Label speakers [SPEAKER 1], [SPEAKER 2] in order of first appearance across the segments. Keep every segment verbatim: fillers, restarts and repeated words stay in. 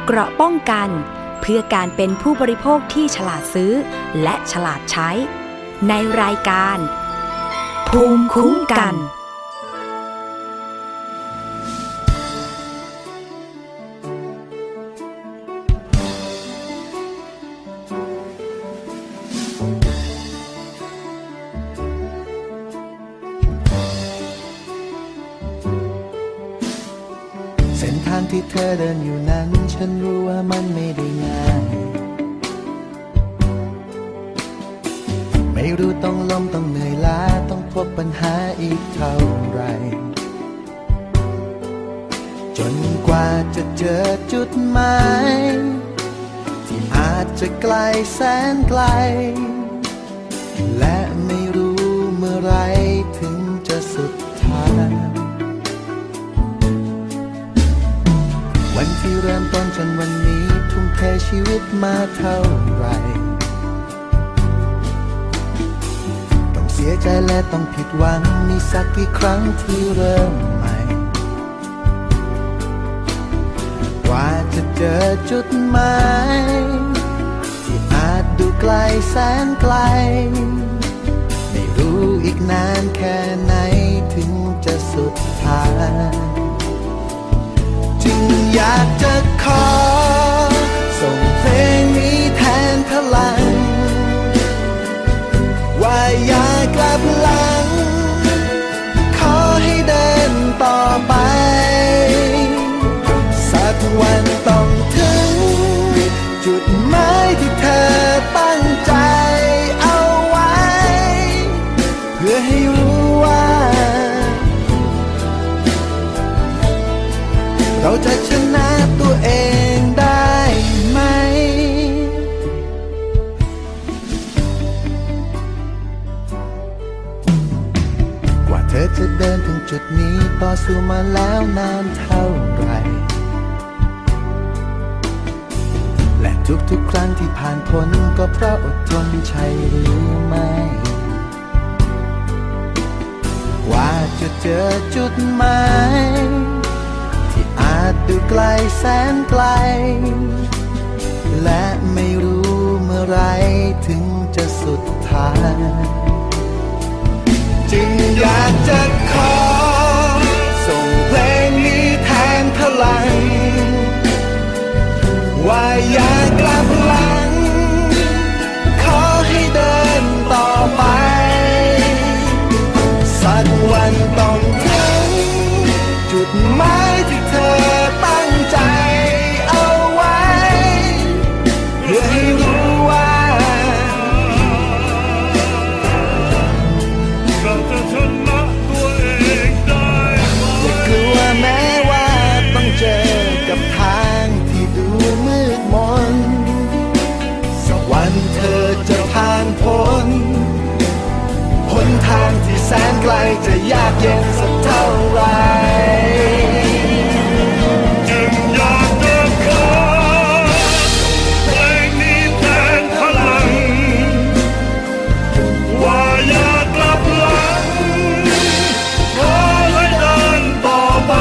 [SPEAKER 1] เกราะป้องกันเพื่อการเป็นผู้บริโภคที่ฉลาดซื้อและฉลาดใช้ในรายการภูมิคุ้มกัน
[SPEAKER 2] เส้นทางที่เธอเดินอยู่นั้นฉันรู้ว่ามันไม่ได้ง่ายไม่รู้ต้องล้มต้องเหนื่อยล้าต้องพบปัญหาอีกเท่าไรจนกว่าจะเจอจุดหมายที่อาจจะไกลแสนไกลและไม่รู้เมื่อไรถึงจะสุดทางวันที่เริ่มต้นจนวันนี้ทุ่มเทชีวิตมาเท่าไรต้องเสียใจและต้องผิดหวังมีสักกี่ครั้งที่เริ่มใหม่กว่าจะเจอจุดหมายที่อาจดูไกลแสนไกลไม่รู้อีกนานแค่ไหนถึงจะสุดทางจึงอยากจะขอส่งเพลงนี้แทนพลังว่าอย่ากลับหลังขอให้เดินต่อไปสักวันต้องถึงจุดหมายที่เธอตั้งใจเอาไว้เพื่อให้รู้ว่าเราจะชนะตัวเองได้ไหมกว่าเธอจะเดินถึงจุดนี้ต่อสู้มาแล้วนานเท่าไรและทุกๆครั้งที่ผ่านพ้นก็เพราะอดทนใช่หรือไม่กว่าจะเจอจุดหมายอาจดูไกลแสนไกลและไม่รู้เมื่อไรถึงจะสุดทางจึงอยากจะขอส่งเพลงนี้แทนพลังว่าอย่ากลับหลังขอให้เดินต่อไปสักวันต้องถึงจุดหมายที่เธอตั้งใจเอาไว้เพื่อให้รู้ว่าเราจะชนะตัวเองได้อย่ากลัวแม้ว่าต้องเจอกับทางที่ดูมืดมนสักวันเธอจะผ่านพ้นหนทางที่แสนไกลจะยากเย็นสักเท่าไรจึงอยากจะขอเพลงนี้แทนพลังว่าอย่ากลับหลังขอให้เดินต่อไป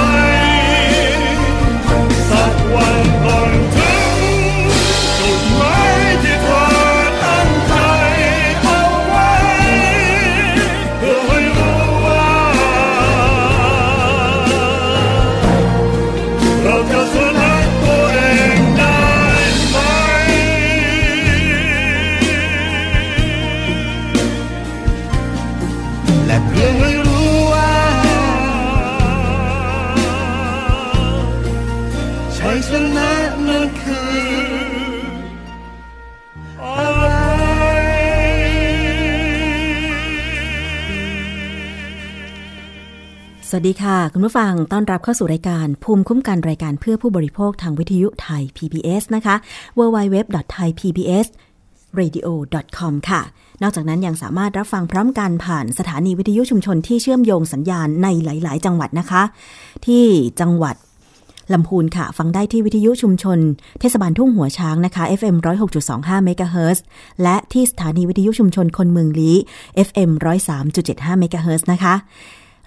[SPEAKER 2] สักวันต้องถึงจุดหมายที่เธอตั้งใจเอาไว้เพื่อให้รู้ว่าเราจะชนะตัวเองได้ไหมและเพื่อให้รู้ว่าชัยชนะนั้นคืออะไร
[SPEAKER 3] สวัสดีค่ะคุณผู้ฟังต้อนรับเข้าสู่รายการภูมิคุ้มกันรายการเพื่อผู้บริโภคทางวิทยุไทย พี บี เอส นะคะ ดับเบิลยู ดับเบิลยู ดับเบิลยู ดอท ไทย พี บี เอส เรดิโอ ดอท คอม ค่ะนอกจากนั้นยังสามารถรับฟังพร้อมกันผ่านสถานีวิทยุชุมชนที่เชื่อมโยงสัญญาณในหลายๆจังหวัดนะคะที่จังหวัดลำพูนค่ะฟังได้ที่วิทยุชุมชนเทศบาลทุ่งหัวช้างนะคะ เอฟ เอ็ม หนึ่งศูนย์หกจุดสองห้า เมกะเฮิรตซ์และที่สถานีวิทยุชุมชนคนเมืองลี้ เอฟ เอ็ม หนึ่งศูนย์สามจุดเจ็ดห้า เมกะเฮิรตซ์นะคะ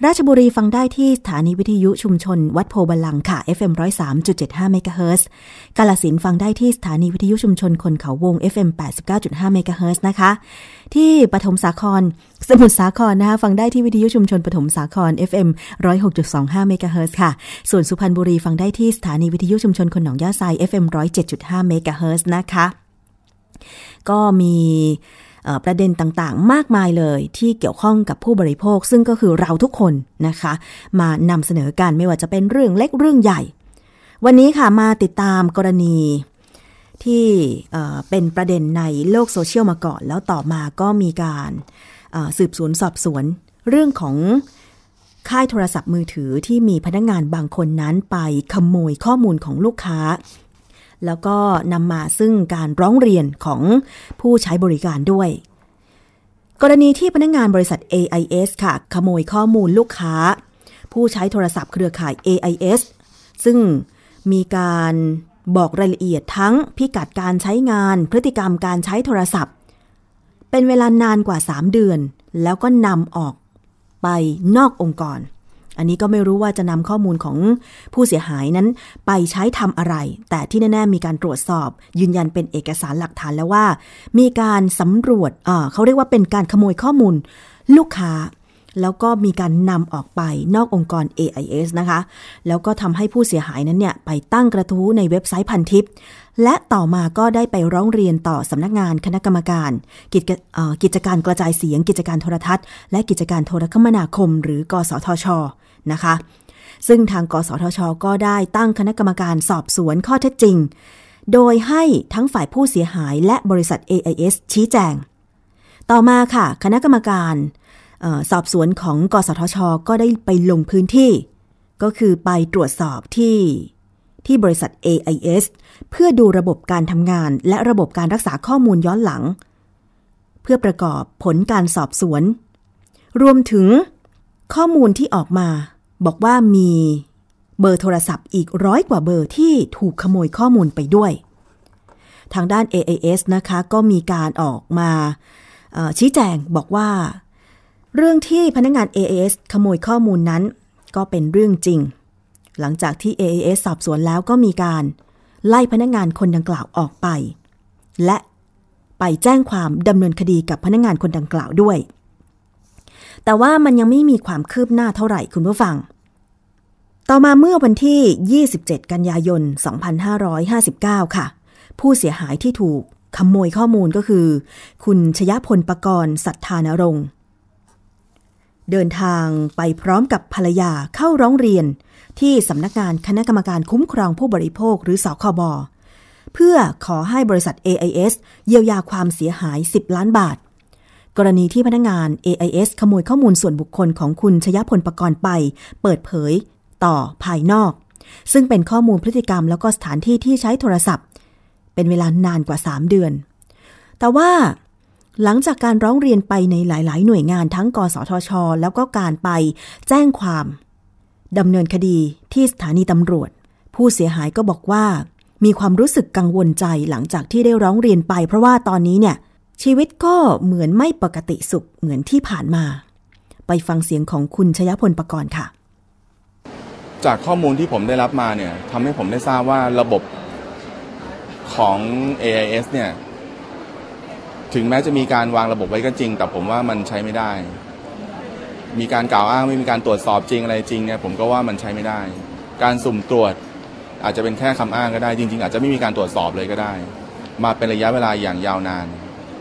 [SPEAKER 3] ราชบุรีฟังได้ที่สถานีวิทยุชุมชนวัดโพบัลลังก์ค่ะ เอฟ เอ็ม หนึ่งศูนย์สามจุดเจ็ดห้า เมกะเฮิรตซ์กาฬสินธุ์ฟังได้ที่สถานีวิทยุชุมชนคนเขาวง เอฟ เอ็ม แปดสิบเก้าจุดห้า เมกะเฮิรตซ์นะคะที่ปฐมสาครสมุทรสาครนะคะฟังได้ที่วิทยุชุมชนปฐมสาคร เอฟ เอ็ม หนึ่งศูนย์หกจุดสองห้า เมกะเฮิรตซ์ค่ะส่วนสุพรรณบุรีฟังได้ที่สถานีวิทยุชุมชนคนหนองย่าไซ เอฟ เอ็ม หนึ่งศูนย์เจ็ดจุดห้า เมกะเฮิรตซ์นะคะก็มีประเด็นต่างๆมากมายเลยที่เกี่ยวข้องกับผู้บริโภคซึ่งก็คือเราทุกคนนะคะมานำเสนอกันไม่ว่าจะเป็นเรื่องเล็กเรื่องใหญ่วันนี้ค่ะมาติดตามกรณีที่เป็นประเด็นในโลกโซเชียลมาก่อนแล้วต่อมาก็มีการสืบสวนสอบสวนเรื่องของค่ายโทรศัพท์มือถือที่มีพนักงานบางคนนั้นไปขโมยข้อมูลของลูกค้าแล้วก็นำมาซึ่งการร้องเรียนของผู้ใช้บริการด้วยกรณีที่พนักงานบริษัท เอ ไอ เอส ค่ะขโมยข้อมูลลูกค้าผู้ใช้โทรศัพท์เครือข่าย เอ ไอ เอส ซึ่งมีการบอกรายละเอียดทั้งพิกัดการใช้งานพฤติกรรมการใช้โทรศัพท์เป็นเวลานานกว่าสามเดือนแล้วก็นำออกไปนอกองค์กรอันนี้ก็ไม่รู้ว่าจะนำข้อมูลของผู้เสียหายนั้นไปใช้ทำอะไรแต่ที่แน่ๆมีการตรวจสอบยืนยันเป็นเอกสารหลักฐานแล้วว่ามีการสำรวจเอ่อเขาเรียกว่าเป็นการขโมยข้อมูลลูกค้าแล้วก็มีการนำออกไปนอกองค์กร เอ ไอ เอส นะคะแล้วก็ทำให้ผู้เสียหายนั้นเนี่ยไปตั้งกระทู้ในเว็บไซต์พันทิปและต่อมาก็ได้ไปร้องเรียนต่อสำนักงานคณะกรรมการกิจเอ่อกิจการกระจายเสียงกิจการโทรทัศน์และกิจการโทรคมนาคมหรือกสทช.นะคะซึ่งทางกสทช.ก็ได้ตั้งคณะกรรมการสอบสวนข้อเท็จจริงโดยให้ทั้งฝ่ายผู้เสียหายและบริษัท เอ ไอ เอส ชี้แจงต่อมาค่ะคณะกรรมการเอ่อสอบสวนของกสทช.ก็ได้ไปลงพื้นที่ก็คือไปตรวจสอบที่ที่บริษัท เอ ไอ เอส เพื่อดูระบบการทำงานและระบบการรักษาข้อมูลย้อนหลังเพื่อประกอบผลการสอบสวนรวมถึงข้อมูลที่ออกมาบอกว่ามีเบอร์โทรศัพท์อีกร้อยกว่าเบอร์ที่ถูกขโมยข้อมูลไปด้วยทางด้าน เอ ไอ เอส นะคะก็มีการออกมาชี้แจงบอกว่าเรื่องที่พนักงาน เอ ไอ เอส ขโมยข้อมูลนั้นก็เป็นเรื่องจริงหลังจากที่ เอ ไอ เอส สอบสวนแล้วก็มีการไล่พนักงานคนดังกล่าวออกไปและไปแจ้งความดำเนินคดีกับพนักงานคนดังกล่าวด้วยแต่ว่ามันยังไม่มีความคืบหน้าเท่าไหร่คุณผู้ฟังต่อมาเมื่อวันที่ยี่สิบเจ็ดกันยายนสองพันห้าร้อยห้าสิบเก้าค่ะผู้เสียหายที่ถูกขโมยข้อมูลก็คือคุณชยพลปกรณ์สัทธานรงค์เดินทางไปพร้อมกับภรรยาเข้าร้องเรียนที่สำนักงานคณะกรรมการคุ้มครองผู้บริโภคหรือสคบเพื่อขอให้บริษัท เอ ไอ เอส เยียวยาความเสียหายสิบล้านบาทกรณีที่พนักงาน เอ ไอ เอส ขโมยข้อมูลส่วนบุคคลของคุณชยพลปกรณ์ไปเปิดเผยต่อภายนอกซึ่งเป็นข้อมูลพฤติกรรมแล้วก็สถานที่ที่ใช้โทรศัพท์เป็นเวลานานกว่าสามเดือนแต่ว่าหลังจากการร้องเรียนไปในหลายๆหน่วยงานทั้งกสทช.แล้วก็การไปแจ้งความดำเนินคดีที่สถานีตำรวจผู้เสียหายก็บอกว่ามีความรู้สึกกังวลใจหลังจากที่ได้ร้องเรียนไปเพราะว่าตอนนี้เนี่ยชีวิตก็เหมือนไม่ปกติสุขเหมือนที่ผ่านมาไปฟังเสียงของคุณชยพลปกรณ์ค่ะ
[SPEAKER 4] จากข้อมูลที่ผมได้รับมาเนี่ยทำให้ผมได้ทราบว่าระบบของ เอ ไอ เอส เนี่ยถึงแม้จะมีการวางระบบไว้ก็จริงแต่ผมว่ามันใช้ไม่ได้มีการกล่าวอ้างไม่มีการตรวจสอบจริงอะไรจริงเนี่ยผมก็ว่ามันใช้ไม่ได้การสุ่มตรวจอาจจะเป็นแค่คำอ้างก็ได้จริงๆอาจจะไม่มีการตรวจสอบเลยก็ได้มาเป็นระยะเวลาอย่างยาวนาน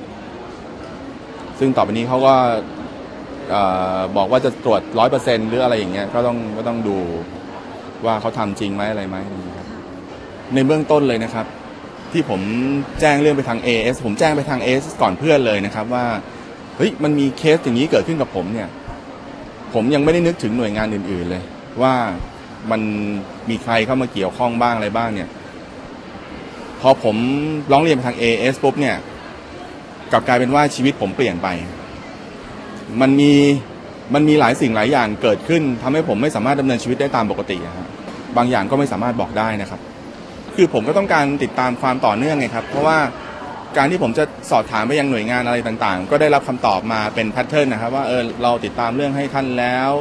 [SPEAKER 4] ซึ่งต่อไปนี้เขาก็บอกว่าจะตรวจ ร้อยเปอร์เซ็นต์ หรืออะไรอย่างเงี้ยก็ต้องก็ต้องดูว่าเขาทำจริงไหมอะไรไหมในเบื้องต้นเลยนะครับที่ผมแจ้งเรื่องไปทาง เอ เอส ผมแจ้งไปทาง เอ เอส ก่อนเพื่อนเลยนะครับว่าเฮ้ยมันมีเคสอย่างนี้เกิดขึ้นกับผมเนี่ยผมยังไม่ได้นึกถึงหน่วยงานอื่นๆเลยว่ามันมีใครเข้ามาเกี่ยวข้องบ้างอะไรบ้างเนี่ยพอผมร้องเรียนไปทาง เอ เอส ปุ๊บเนี่ยกลับกลายเป็นว่าชีวิตผมเปลี่ยนไปมันมีมันมีหลายสิ่งหลายอย่างเกิดขึ้นทำให้ผมไม่สามารถดำเนินชีวิตได้ตามปกติครับบางอย่างก็ไม่สามารถบอกได้นะครับคือผมก็ต้องการติดตามความต่อเนื่องไงครับเพราะว่าการที่ผมจะสอบถามไปยังหน่วยงานอะไรต่างๆก็ได้รับคำตอบมาเป็นแพทเทิร์นนะครับว่าเออเราติดตามเรื่องให้ท่านแล้ว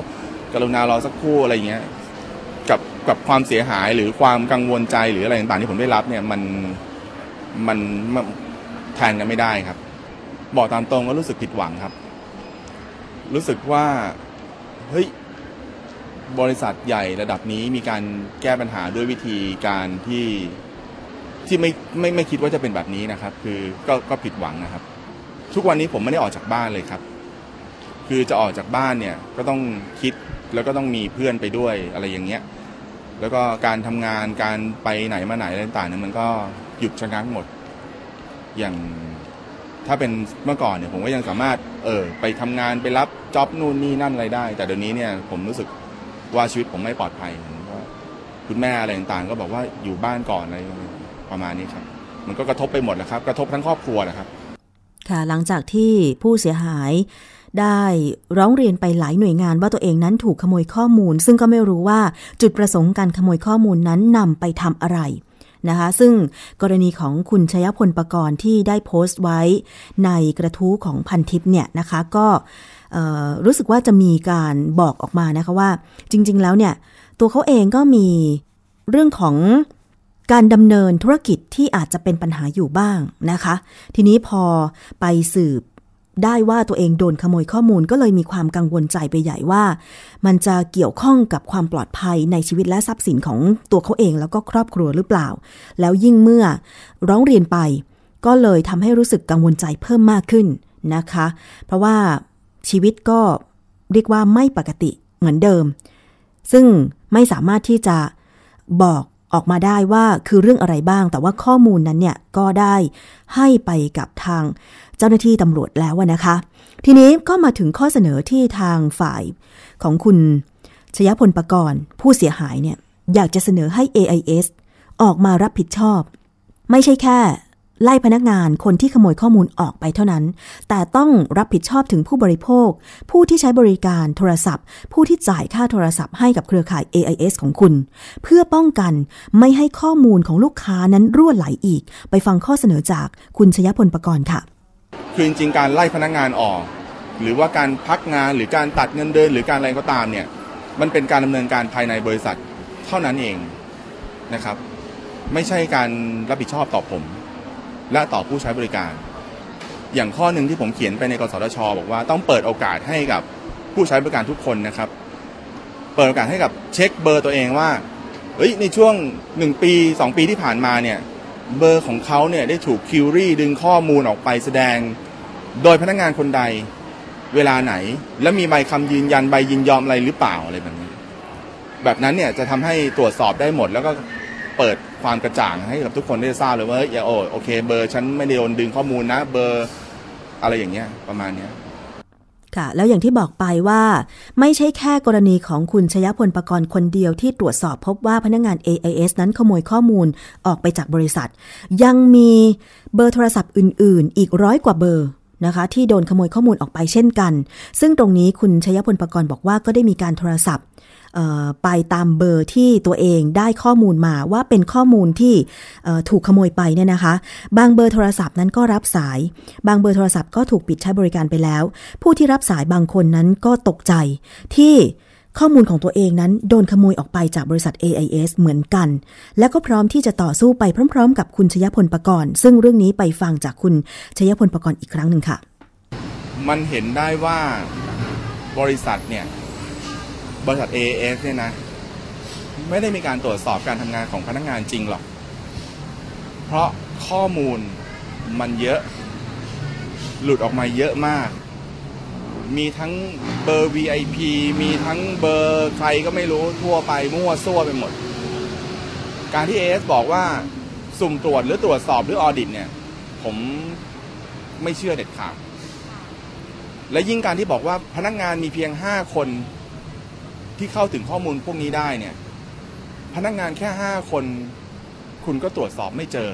[SPEAKER 4] กรุณารอสักครู่อะไรเงี้ยกับกับความเสียหายหรือความกังวลใจหรืออะไรต่างๆที่ผมได้รับเนี่ยมันมันแทนกันไม่ได้ครับบอกตามตรงก็รู้สึกผิดหวังครับรู้สึกว่าเฮ้ยบริษัทใหญ่ระดับนี้มีการแก้ปัญหาด้วยวิธีการที่ที่ไม่ไม่ไม่คิดว่าจะเป็นแบบนี้นะครับคือก็ก็ผิดหวังนะครับทุกวันนี้ผมไม่ได้ออกจากบ้านเลยครับคือจะออกจากบ้านเนี่ยก็ต้องคิดแล้วก็ต้องมีเพื่อนไปด้วยอะไรอย่างเงี้ยแล้วก็การทำงานการไปไหนมาไหนอะไรต่างๆเนี่ยมันก็หยุดชะงักหมดอย่างถ้าเป็นเมื่อก่อนเนี่ยผมก็ยังสามารถเออไปทำงานไปรับจ็อบนู่นนี่นั่นอะไรได้แต่เดี๋ยวนี้เนี่ยผมรู้สึกว่าชีวิตผมไม่ปลอดภัยคุณแม่อะไรต่างๆก็บอกว่าอยู่บ้านก่อนอะไรประมาณนี้ครับมันก็กระทบไปหมดแหละครับกระทบทั้งครอบครัวนะครับ
[SPEAKER 3] ค่ะหลังจากที่ผู้เสียหายได้ร้องเรียนไปหลายหน่วยงานว่าตัวเองนั้นถูกขโมยข้อมูลซึ่งก็ไม่รู้ว่าจุดประสงค์การขโมยข้อมูลนั้นนำไปทำอะไรนะคะซึ่งกรณีของคุณชยพลปกรณ์ที่ได้โพสต์ไว้ในกระทู้ของพันทิปเนี่ยนะคะก็รู้สึกว่าจะมีการบอกออกมานะคะว่าจริงๆแล้วเนี่ยตัวเขาเองก็มีเรื่องของการดำเนินธุรกิจที่อาจจะเป็นปัญหาอยู่บ้างนะคะทีนี้พอไปสืบได้ว่าตัวเองโดนขโมยข้อมูลก็เลยมีความกังวลใจไปใหญ่ว่ามันจะเกี่ยวข้องกับความปลอดภัยในชีวิตและทรัพย์สินของตัวเขาเองแล้วก็ครอบครัวหรือเปล่าแล้วยิ่งเมื่อร้องเรียนไปก็เลยทำให้รู้สึกกังวลใจเพิ่มมากขึ้นนะคะเพราะว่าชีวิตก็เรียกว่าไม่ปกติเหมือนเดิมซึ่งไม่สามารถที่จะบอกออกมาได้ว่าคือเรื่องอะไรบ้างแต่ว่าข้อมูลนั้นเนี่ยก็ได้ให้ไปกับทางเจ้าหน้าที่ตำรวจแล้วนะคะทีนี้ก็มาถึงข้อเสนอที่ทางฝ่ายของคุณชยพลปกรณ์ผู้เสียหายเนี่ยอยากจะเสนอให้ เอ ไอ เอส ออกมารับผิดชอบไม่ใช่แค่ไล่พนักงานคนที่ขโมยข้อมูลออกไปเท่านั้นแต่ต้องรับผิดชอบถึงผู้บริโภคผู้ที่ใช้บริการโทรศัพท์ผู้ที่จ่ายค่าโทรศัพท์ให้กับเครือข่าย เอ ไอ เอส ของคุณเพื่อป้องกันไม่ให้ข้อมูลของลูกค้านั้นรั่วไหลอีกไปฟังข้อเสนอจากคุณชยพลปกรณ์ค่ะ
[SPEAKER 4] คือจริงๆการไล่พนักงานออกหรือว่าการพักงานหรือการตัดเงินเดือนหรือการอะไรก็ตามเนี่ยมันเป็นการดำเนินการภายในบริษัทเท่านั้นเองนะครับไม่ใช่การรับผิดชอบต่อผมและต่อผู้ใช้บริการอย่างข้อหนึ่งที่ผมเขียนไปในกสทช.บอกว่าต้องเปิดโอกาสให้กับผู้ใช้บริการทุกคนนะครับเปิดโอกาสให้กับเช็คเบอร์ตัวเองว่าเฮ้ยในช่วงหนึ่งปีสองปีที่ผ่านมาเนี่ยเบอร์ของเขาเนี่ยได้ถูกคิวรี่ดึงข้อมูลออกไปแสดงโดยพนักงานคนใดเวลาไหนและมีใบคำยืนยันใบยินยอมอะไรหรือเปล่าอะไรแบบนี้แบบนั้นเนี่ยจะทำให้ตรวจสอบได้หมดแล้วก็เปิดความกระจ่างให้กับทุกคนได้ทราบเลยว่าอย่าโอ้โอเคเบอร์ฉันไม่ได้โดนดึงข้อมูลนะเบอร์อะไรอย่างเงี้ยประมาณเนี้ย
[SPEAKER 3] ค่ะแล้วอย่างที่บอกไปว่าไม่ใช่แค่กรณีของคุณชยพลปกรณ์คนเดียวที่ตรวจสอบพบว่าพนักงาน เอ ไอ เอส นั้นขโมยข้อมูลออกไปจากบริษัทยังมีเบอร์โทรศัพท์อื่นๆอีกร้อยกว่าเบอร์นะคะที่โดนขโมยข้อมูลออกไปเช่นกันซึ่งตรงนี้คุณชยพลปกรณ์บอกว่าก็ได้มีการโทรศัพท์ไปตามเบอร์ที่ตัวเองได้ข้อมูลมาว่าเป็นข้อมูลที่ถูกขโมยไปเนี่ยนะคะบางเบอร์โทรศัพท์นั้นก็รับสายบางเบอร์โทรศัพท์ก็ถูกปิดใช้บริการไปแล้วผู้ที่รับสายบางคนนั้นก็ตกใจที่ข้อมูลของตัวเองนั้นโดนขโมยออกไปจากบริษัท เอ ไอ เอส เหมือนกันและก็พร้อมที่จะต่อสู้ไปพร้อมๆกับคุณชยพลปกรณ์ซึ่งเรื่องนี้ไปฟังจากคุณชยพลปกรณ์อีกครั้งหนึ่งค่ะ
[SPEAKER 4] มันเห็นได้ว่าบริษัทเนี่ยบริษัท เอ ไอ เอส เนี่ยนะไม่ได้มีการตรวจสอบการทำงานของพนักงานจริงหรอกเพราะข้อมูลมันเยอะหลุดออกมาเยอะมากมีทั้งเบอร์ วี ไอ พี มีทั้งเบอร์ใครก็ไม่รู้ทั่วไปมั่วซั่วไปหมดการที่ เอ เอส บอกว่าสุ่มตรวจหรือตรวจสอบหรือออดิตเนี่ยผมไม่เชื่อเด็ดขาดและยิ่งการที่บอกว่าพนักงานมีเพียงห้าคนที่เข้าถึงข้อมูลพวกนี้ได้เนี่ยพนักงานแค่ห้าคนคุณก็ตรวจสอบไม่เจอ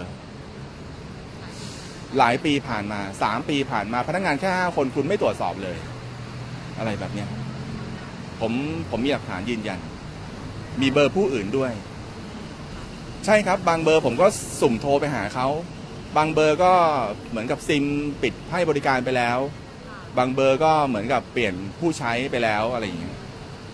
[SPEAKER 4] หลายปีผ่านมาสามปีผ่านมาพนักงานแค่ห้าคนคุณไม่ตรวจสอบเลยอะไรแบบเนี้ยผมผมมีหลักฐานยืนยันมีเบอร์ผู้อื่นด้วยใช่ครับบางเบอร์ผมก็สุ่มโทรไปหาเขาบางเบอร์ก็เหมือนกับซิมปิดให้บริการไปแล้วบางเบอร์ก็เหมือนกับเปลี่ยนผู้ใช้ไปแล้วอะไรอย่างเงี้ย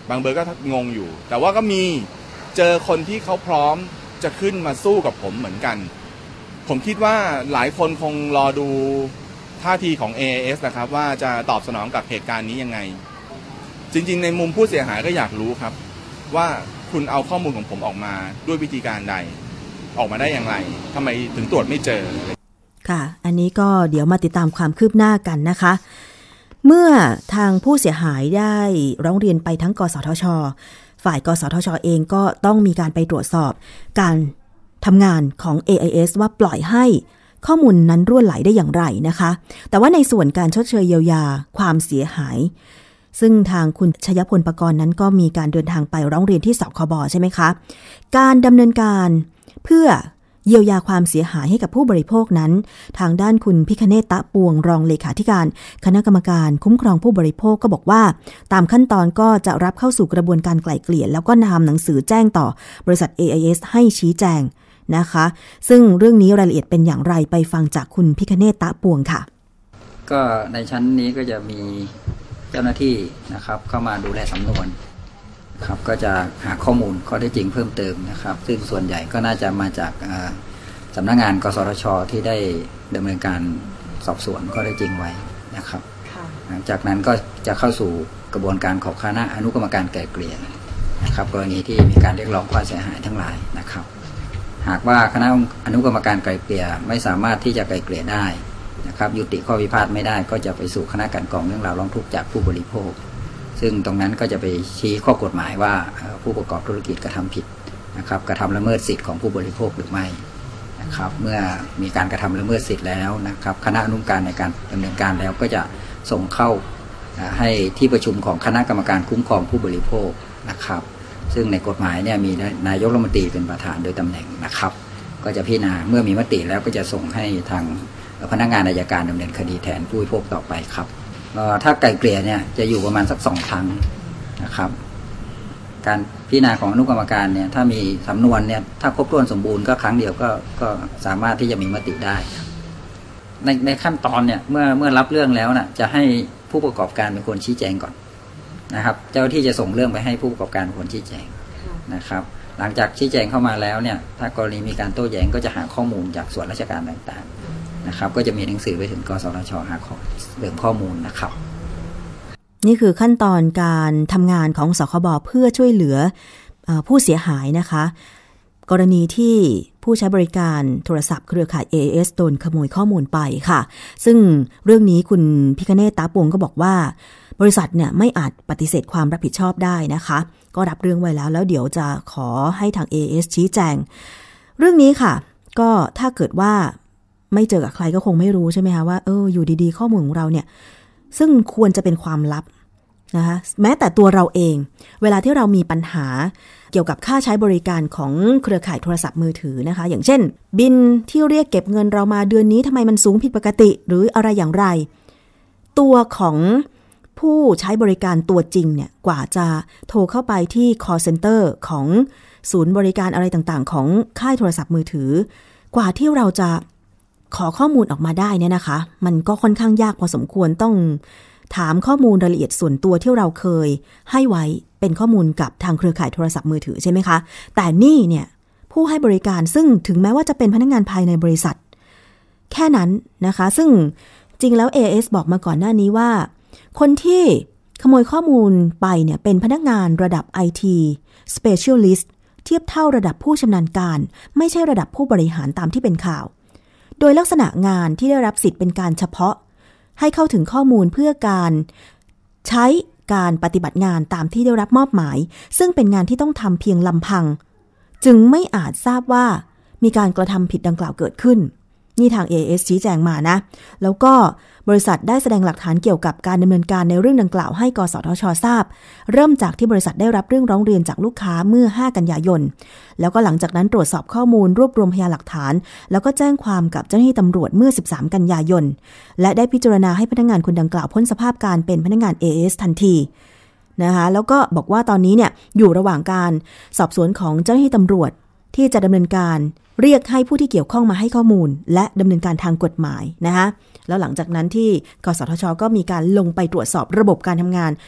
[SPEAKER 4] บางเบอร์ก็งงอยู่แต่ว่าก็มีเจอคนที่เขาพร้อมจะขึ้นมาสู้กับผมเหมือนกันผมคิดว่าหลายคนคงรอดูท่าทีของ เอ ไอ เอส นะครับว่าจะตอบสนองกับเหตุการณ์นี้ยังไงจริงๆในมุมผู้เสียหายก็อยากรู้ครับว่าคุณเอาข้อมูลของผมออกมาด้วยวิธีการใดออกมาได้อย่างไรทำไมถึงตรวจไม่เจอ
[SPEAKER 3] ค่ะอันนี้ก็เดี๋ยวมาติดตามความคืบหน้ากันนะคะเมื่อทางผู้เสียหายได้ร้องเรียนไปทั้งกสทช.ฝ่ายกสทช.เองก็ต้องมีการไปตรวจสอบการทำงานของ เอ ไอ เอส ว่าปล่อยให้ข้อมูลนั้นรั่วไหลได้อย่างไรนะคะแต่ว่าในส่วนการชดเชยเยียวยาความเสียหายซึ่งทางคุณชยพลปกรณ์นั้นก็มีการเดินทางไปร้องเรียนที่สคบใช่ไหมคะการดำเนินการเพื่อเยียวยาความเสียหายให้กับผู้บริโภคนั้นทางด้านคุณพิคเนศ ตะปวงรองเลขาธิการคณะกรรมการคุ้มครองผู้บริโภคก็บอกว่าตามขั้นตอนก็จะรับเข้าสู่กระบวนการไกล่เกลี่ยแล้วก็นำหนังสือแจ้งต่อบริษัท เอ ไอ เอส ให้ชี้แจงนะคะซึ่งเรื่องนี้รายละเอียดเป็นอย่างไรไปฟังจากคุณพิคเนศ ตะปวงค่ะ
[SPEAKER 5] ก็ในชั้นนี้ก็จะมีเจ้าหน้าที่นะครับเข้ามาดูแลสำนวนครับก็จะหาข้อมูลข้อเท็จจริงเพิ่มเติมนะครับซึ่งส่วนใหญ่ก็น่าจะมาจากสำนักงานกสทช.ที่ได้ดำเนินการสอบสวนข้อเท็จจริงไว้นะครับหลังจากนั้นก็จะเข้าสู่กระบวนการของคณะอนุกรรมการไกล่เกลี่ยนะครับกรณีที่มีการเรียกร้องค่าเสียหายทั้งหลายนะครับหากว่าคณะอนุกรรมการไกล่เกลี่ยไม่สามารถที่จะไกล่เกลี่ยได้นะครับยุติข้อพิพาทไม่ได้ก็จะไปสู่คณะกรรมการเรื่องราวร้องทุกข์จากผู้บริโภคซึ่งตรงนั้นก็จะไปชี้ข้อกฎหมายว่าผู้ประกอบธุรกิจกระทำผิดนะครับกระทำละเมิดสิทธิของผู้บริโภคหรือไม่นะครับเมื่อมีการกระทำละเมิดสิทธิแล้วนะครับคณะอนุกรรมการในการดำเนินการแล้วก็จะส่งเข้าให้ที่ประชุมของคณะกรรมการคุ้มครองผู้บริโภคนะครับซึ่งในกฎหมายเนี่ยมีนายกรัฐมนตรีเป็นประธานโดยตำแหน่งนะครับก็จะพิจารณาเมื่อมีมติแล้วก็จะส่งให้ทางพนักงานอัยการดำเนินคดีแทนผู้บริโภคต่อไปครับถ้าไกล่เกลี่ยเนี่ยจะอยู่ประมาณสักสองครั้งนะครับการพิจารณาของอนุกรรมการเนี่ยถ้ามีสำนวนเนี่ยถ้าครบถ้วนสมบูรณ์ก็ครั้งเดียวก็ก็สามารถที่จะมีมติได้ในในขั้นตอนเนี่ยเมื่อเมื่อรับเรื่องแล้วน่ะจะให้ผู้ประกอบการเป็นคนชี้แจงก่อนนะครับเจ้าที่จะส่งเรื่องไปให้ผู้ประกอบการเป็นคนชี้แจงนะครับหลังจากชี้แจงเข้ามาแล้วเนี่ยถ้ากรณีมีการโต้แย้งก็จะหาข้อมูลจากส่วนราชการต่างๆนะครับก็จะมีหนังสือไปถึงกสทช.หาเรื่องข้อมูลนะครับ
[SPEAKER 3] นี่คือขั้นตอนการทำงานของสคบเพื่อช่วยเหลือผู้เสียหายนะคะกรณีที่ผู้ใช้บริการโทรศัพท์เครือข่าย เอ ไอ เอส โดนขโมยข้อมูลไปค่ะซึ่งเรื่องนี้คุณพิคเนศ ตาปวงก็บอกว่าบริษัทเนี่ยไม่อาจปฏิเสธความรับผิดชอบได้นะคะก็รับเรื่องไว้แล้วแล้วเดี๋ยวจะขอให้ทาง เอ ไอ เอส ชี้แจงเรื่องนี้ค่ะก็ถ้าเกิดว่าไม่เจอกับใครก็คงไม่รู้ใช่ไหมคะว่าเอออยู่ดีๆข้อมูลของเราเนี่ยซึ่งควรจะเป็นความลับนะคะแม้แต่ตัวเราเองเวลาที่เรามีปัญหาเกี่ยวกับค่าใช้บริการของเครือข่ายโทรศัพท์มือถือนะคะอย่างเช่นบิลที่เรียกเก็บเงินเรามาเดือนนี้ทำไมมันสูงผิดปกติหรืออะไรอย่างไรตัวของผู้ใช้บริการตัวจริงเนี่ยกว่าจะโทรเข้าไปที่ call center ของศูนย์บริการอะไรต่างๆของค่ายโทรศัพท์มือถือกว่าที่เราจะขอข้อมูลออกมาได้เนี่ยนะคะมันก็ค่อนข้างยากพอสมควรต้องถามข้อมูลรายละเอียดส่วนตัวที่เราเคยให้ไว้เป็นข้อมูลกับทางเครือข่ายโทรศัพท์มือถือใช่ไหมคะแต่นี่เนี่ยผู้ให้บริการซึ่งถึงแม้ว่าจะเป็นพนักงานภายในบริษัทแค่นั้นนะคะซึ่งจริงแล้ว เอ เอส บอกมาก่อนหน้านี้ว่าคนที่ขโมยข้อมูลไปเนี่ยเป็นพนักงานระดับ ไอ ที Specialist เทียบเท่าระดับผู้ชำนาญการไม่ใช่ระดับผู้บริหารตามที่เป็นข่าวโดยลักษณะงานที่ได้รับสิทธิ์เป็นการเฉพาะให้เข้าถึงข้อมูลเพื่อการใช้การปฏิบัติงานตามที่ได้รับมอบหมายซึ่งเป็นงานที่ต้องทำเพียงลำพังจึงไม่อาจทราบว่ามีการกระทำผิดดังกล่าวเกิดขึ้นนี่ทาง เอ เอส ชี้แจงมานะแล้วก็บริษัทได้แสดงหลักฐานเกี่ยวกับการดำเนินการในเรื่องดังกล่าวให้กสทช.ทราบเริ่มจากที่บริษัทได้รับเรื่องร้องเรียนจากลูกค้าเมื่อห้ากันยายนแล้วก็หลังจากนั้นตรวจสอบข้อมูลรวบรวมพยานหลักฐานแล้วก็แจ้งความกับเจ้าหน้าที่ตำรวจเมื่อสิบสามกันยายนและได้พิจารณาให้พนักงานคนดังกล่าวพ้นสภาพการเป็นพนักงาน เอ เอส ทันทีนะคะแล้วก็บอกว่าตอนนี้เนี่ยอยู่ระหว่างการสอบสวนของเจ้าหน้าที่ตำรวจที่จะดำเนินการเรียกให้ผู้ที่เกี่ยวข้องมาให้ข้อมูลและดำเนินการทางกฎหมายนะคะแล้วหลังจากนั้นที่กสทช.ก็มีการลงไปตรวจสอบระบบการทำงาน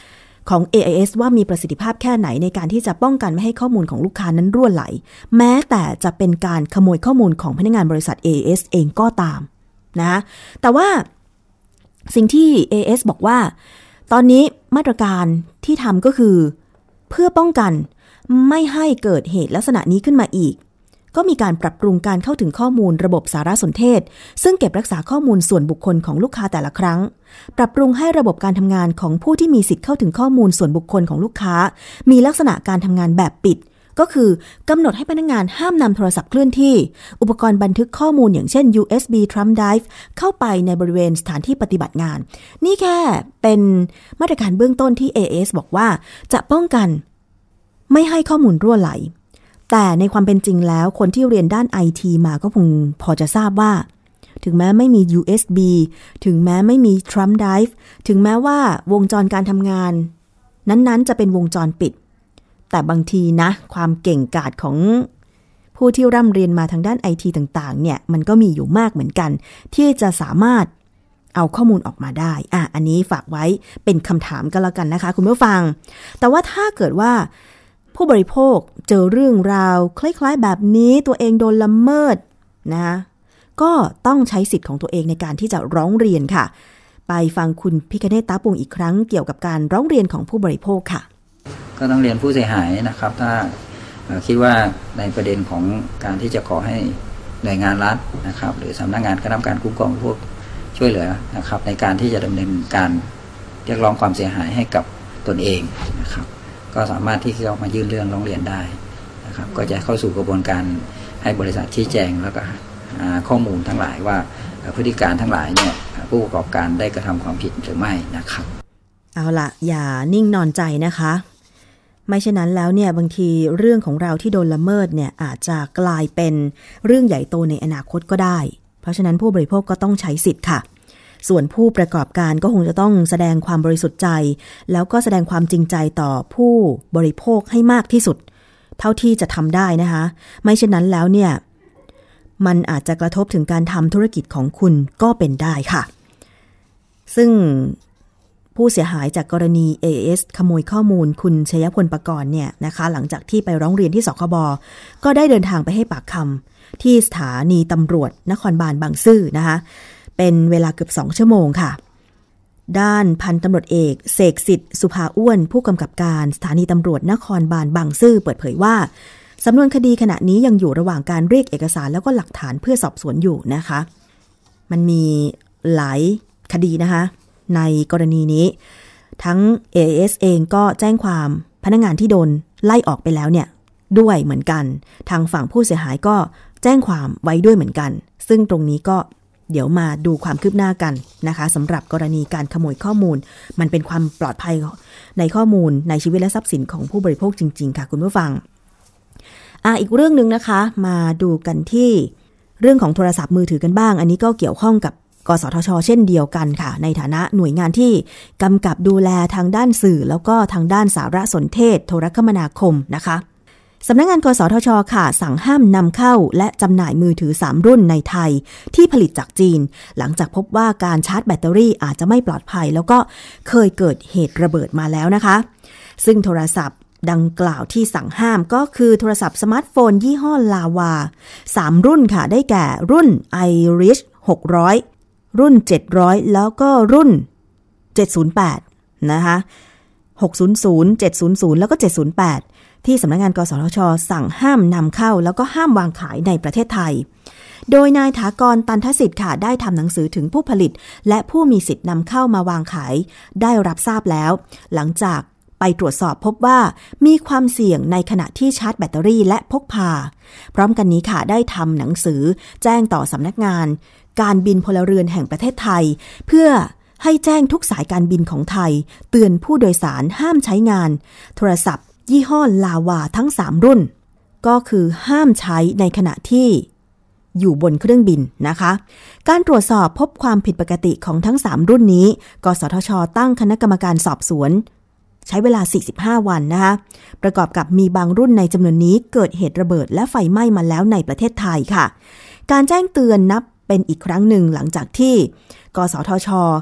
[SPEAKER 3] ของ เอ ไอ เอส ว่ามีประสิทธิภาพแค่ไหนในการที่จะป้องกันไม่ให้ข้อมูลของลูกค้านั้นรั่วไหลแม้แต่จะเป็นการขโมยข้อมูลของพนักงานบริษัท เอ ไอ เอส เองก็ตามนะแต่ว่าสิ่งที่ เอ ไอ เอส บอกว่าตอนนี้มาตรการที่ทำก็คือเพื่อป้องกันไม่ให้เกิดเหตุลักษณะนี้ขึ้นมาอีกก็มีการปรับปรุงการเข้าถึงข้อมูลระบบสารสนเทศซึ่งเก็บรักษาข้อมูลส่วนบุคคลของลูกค้าแต่ละครั้งปรับปรุงให้ระบบการทำงานของผู้ที่มีสิทธิ์เข้าถึงข้อมูลส่วนบุคคลของลูกค้ามีลักษณะการทำงานแบบปิดก็คือกำหนดให้พนักงานห้ามนำโทรศัพท์เคลื่อนที่อุปกรณ์บันทึกข้อมูลอย่างเช่น ยู เอส บี Thumb Drive เข้าไปในบริเวณสถานที่ปฏิบัติงานนี่แค่เป็นมาตรการเบื้องต้นที่ เอ เอ เอส บอกว่าจะป้องกันไม่ให้ข้อมูลรั่วไหลแต่ในความเป็นจริงแล้วคนที่เรียนด้าน ไอ ที มาก็คงพอจะทราบว่าถึงแม้ไม่มี ยู เอส บี ถึงแม้ไม่มี Thumb Drive ถึงแม้ว่าวงจรการทำงานนั้นๆจะเป็นวงจรปิดแต่บางทีนะความเก่งกาจของผู้ที่ร่ำเรียนมาทางด้าน ไอ ที ต่างๆเนี่ยมันก็มีอยู่มากเหมือนกันที่จะสามารถเอาข้อมูลออกมาได้อ่ะอันนี้ฝากไว้เป็นคำถามก็แล้วกันนะคะคุณผู้ฟังแต่ว่าถ้าเกิดว่าผู้บริโภคเจอเรื่องราวคล้ายๆแบบนี้ตัวเองโดนละเมิดนะก็ต้องใช้สิทธิ์ของตัวเองในการที่จะร้องเรียนค่ะไปฟังคุณพิคเนต ตาปุงอีกครั้งเกี่ยวกับการร้องเรียนของผู้บริโภคค่ะ
[SPEAKER 5] ก็ต้องเรียนผู้เสียหายนะครับถ้าคิดว่าในประเด็นของการที่จะขอให้หน่วยงานรัฐนะครับหรือสำนักงานคณะกรรมการคุ้มครองผู้บริโภคช่วยเหลือนะครับในการที่จะดำเนินการเรียกร้องความเสียหายให้กับตนเองนะครับก็สามารถที่จะมายื่นเรื่องร้องเรียนได้นะครับก็จะเข้าสู่กระบวนการให้บริษัทชี้แจงแล้วก็หาข้อมูลทั้งหลายว่าพฤติการทั้งหลายเนี่ยผู้ประกอบการได้กระทำความผิดหรือไม่นะครับ
[SPEAKER 3] เอาละอย่านิ่งนอนใจนะคะไม่เช่นนั้นแล้วเนี่ยบางทีเรื่องของเราที่โดนละเมิดเนี่ยอาจจะกลายเป็นเรื่องใหญ่โตในอนาคตก็ได้เพราะฉะนั้นผู้บริโภคก็ต้องใช้สิทธิ์ค่ะส่วนผู้ประกอบการก็คงจะต้องแสดงความบริสุทธิ์ใจแล้วก็แสดงความจริงใจต่อผู้บริโภคให้มากที่สุดเท่าที่จะทำได้นะคะไม่เช่นนั้นแล้วเนี่ยมันอาจจะกระทบถึงการทำธุรกิจของคุณก็เป็นได้ค่ะซึ่งผู้เสียหายจากกรณี เอ เอ เอส ขโมยข้อมูลคุณชยพลประกรณ์เนี่ยนะคะหลังจากที่ไปร้องเรียนที่สคบก็ได้เดินทางไปให้ปากคำที่สถานีตำรวจนครบาลบางซื่อนะคะเป็นเวลาเกือบสองชั่วโมงค่ะด้านพันตำรวจเอกเสกสิทธิ์สุภาอ้วนผู้กำกับการสถานีตำรวจนครบาลบางซื่อเปิดเผยว่าสำนวนคดีขณะนี้ยังอยู่ระหว่างการเรียกเอกสารแล้วก็หลักฐานเพื่อสอบสวนอยู่นะคะมันมีหลายคดีนะคะในกรณีนี้ทั้ง เอ ไอ เอส เองก็แจ้งความพนักงานที่โดนไล่ออกไปแล้วเนี่ยด้วยเหมือนกันทางฝั่งผู้เสียหายก็แจ้งความไว้ด้วยเหมือนกันซึ่งตรงนี้ก็เดี๋ยวมาดูความคืบหน้ากันนะคะสำหรับกรณีการขโมยข้อมูลมันเป็นความปลอดภัยในข้อมูลในชีวิตและทรัพย์สินของผู้บริโภคจริงๆค่ะคุณผู้ฟังอ่ะอีกเรื่องนึงนะคะมาดูกันที่เรื่องของโทรศัพท์มือถือกันบ้างอันนี้ก็เกี่ยวข้องกับกสทช.เช่นเดียวกันค่ะในฐานะหน่วยงานที่กำกับดูแลทางด้านสื่อแล้วก็ทางด้านสารสนเทศโทรคมนาคมนะคะสำนักงานกสทช.ค่ะสั่งห้ามนำเข้าและจำหน่ายมือถือสามรุ่นในไทยที่ผลิตจากจีนหลังจากพบว่าการชาร์จแบตเตอรี่อาจจะไม่ปลอดภัยแล้วก็เคยเกิดเหตุระเบิดมาแล้วนะคะซึ่งโทรศัพท์ดังกล่าวที่สั่งห้ามก็คือโทรศัพท์สมาร์ทโฟนยี่ห้อลาวาสามรุ่นค่ะได้แก่รุ่น iRich หกร้อยรุ่นเจ็ดร้อยแล้วก็รุ่นเจ็ดศูนย์แปดนะคะหกศูนย์ศูนย์ เจ็ดศูนย์ศูนย์แล้วก็เจ็ดศูนย์แปดที่สำนักงานกสทช.สั่งห้ามนำเข้าแล้วก็ห้ามวางขายในประเทศไทยโดยนายถากรตันทสิทธิ์ค่ะได้ทำหนังสือถึงผู้ผลิตและผู้มีสิทธิ์นำเข้ามาวางขายได้รับทราบแล้วหลังจากไปตรวจสอบพบว่ามีความเสี่ยงในขณะที่ชาร์จแบตเตอรี่และพกพาพร้อมกันนี้ค่ะได้ทำหนังสือแจ้งต่อสำนักงานการบินพลเรือนแห่งประเทศไทยเพื่อให้แจ้งทุกสายการบินของไทยเตือนผู้โดยสารห้ามใช้งานโทรศัพท์ยี่ห้อลาวาทั้งสามรุ่นก็คือห้ามใช้ในขณะที่อยู่บนเครื่องบินนะคะการตรวจสอบพบความผิดปกติของทั้งสามรุ่นนี้กสทช.ตั้งคณะกรรมการสอบสวนใช้เวลาสี่สิบห้าวันนะคะประกอบกับมีบางรุ่นในจำนวนนี้เกิดเหตุระเบิดและไฟไหม้มาแล้วในประเทศไทยค่ะการแจ้งเตือนนับเป็นอีกครั้งหนึ่งหลังจากที่กสทช.ก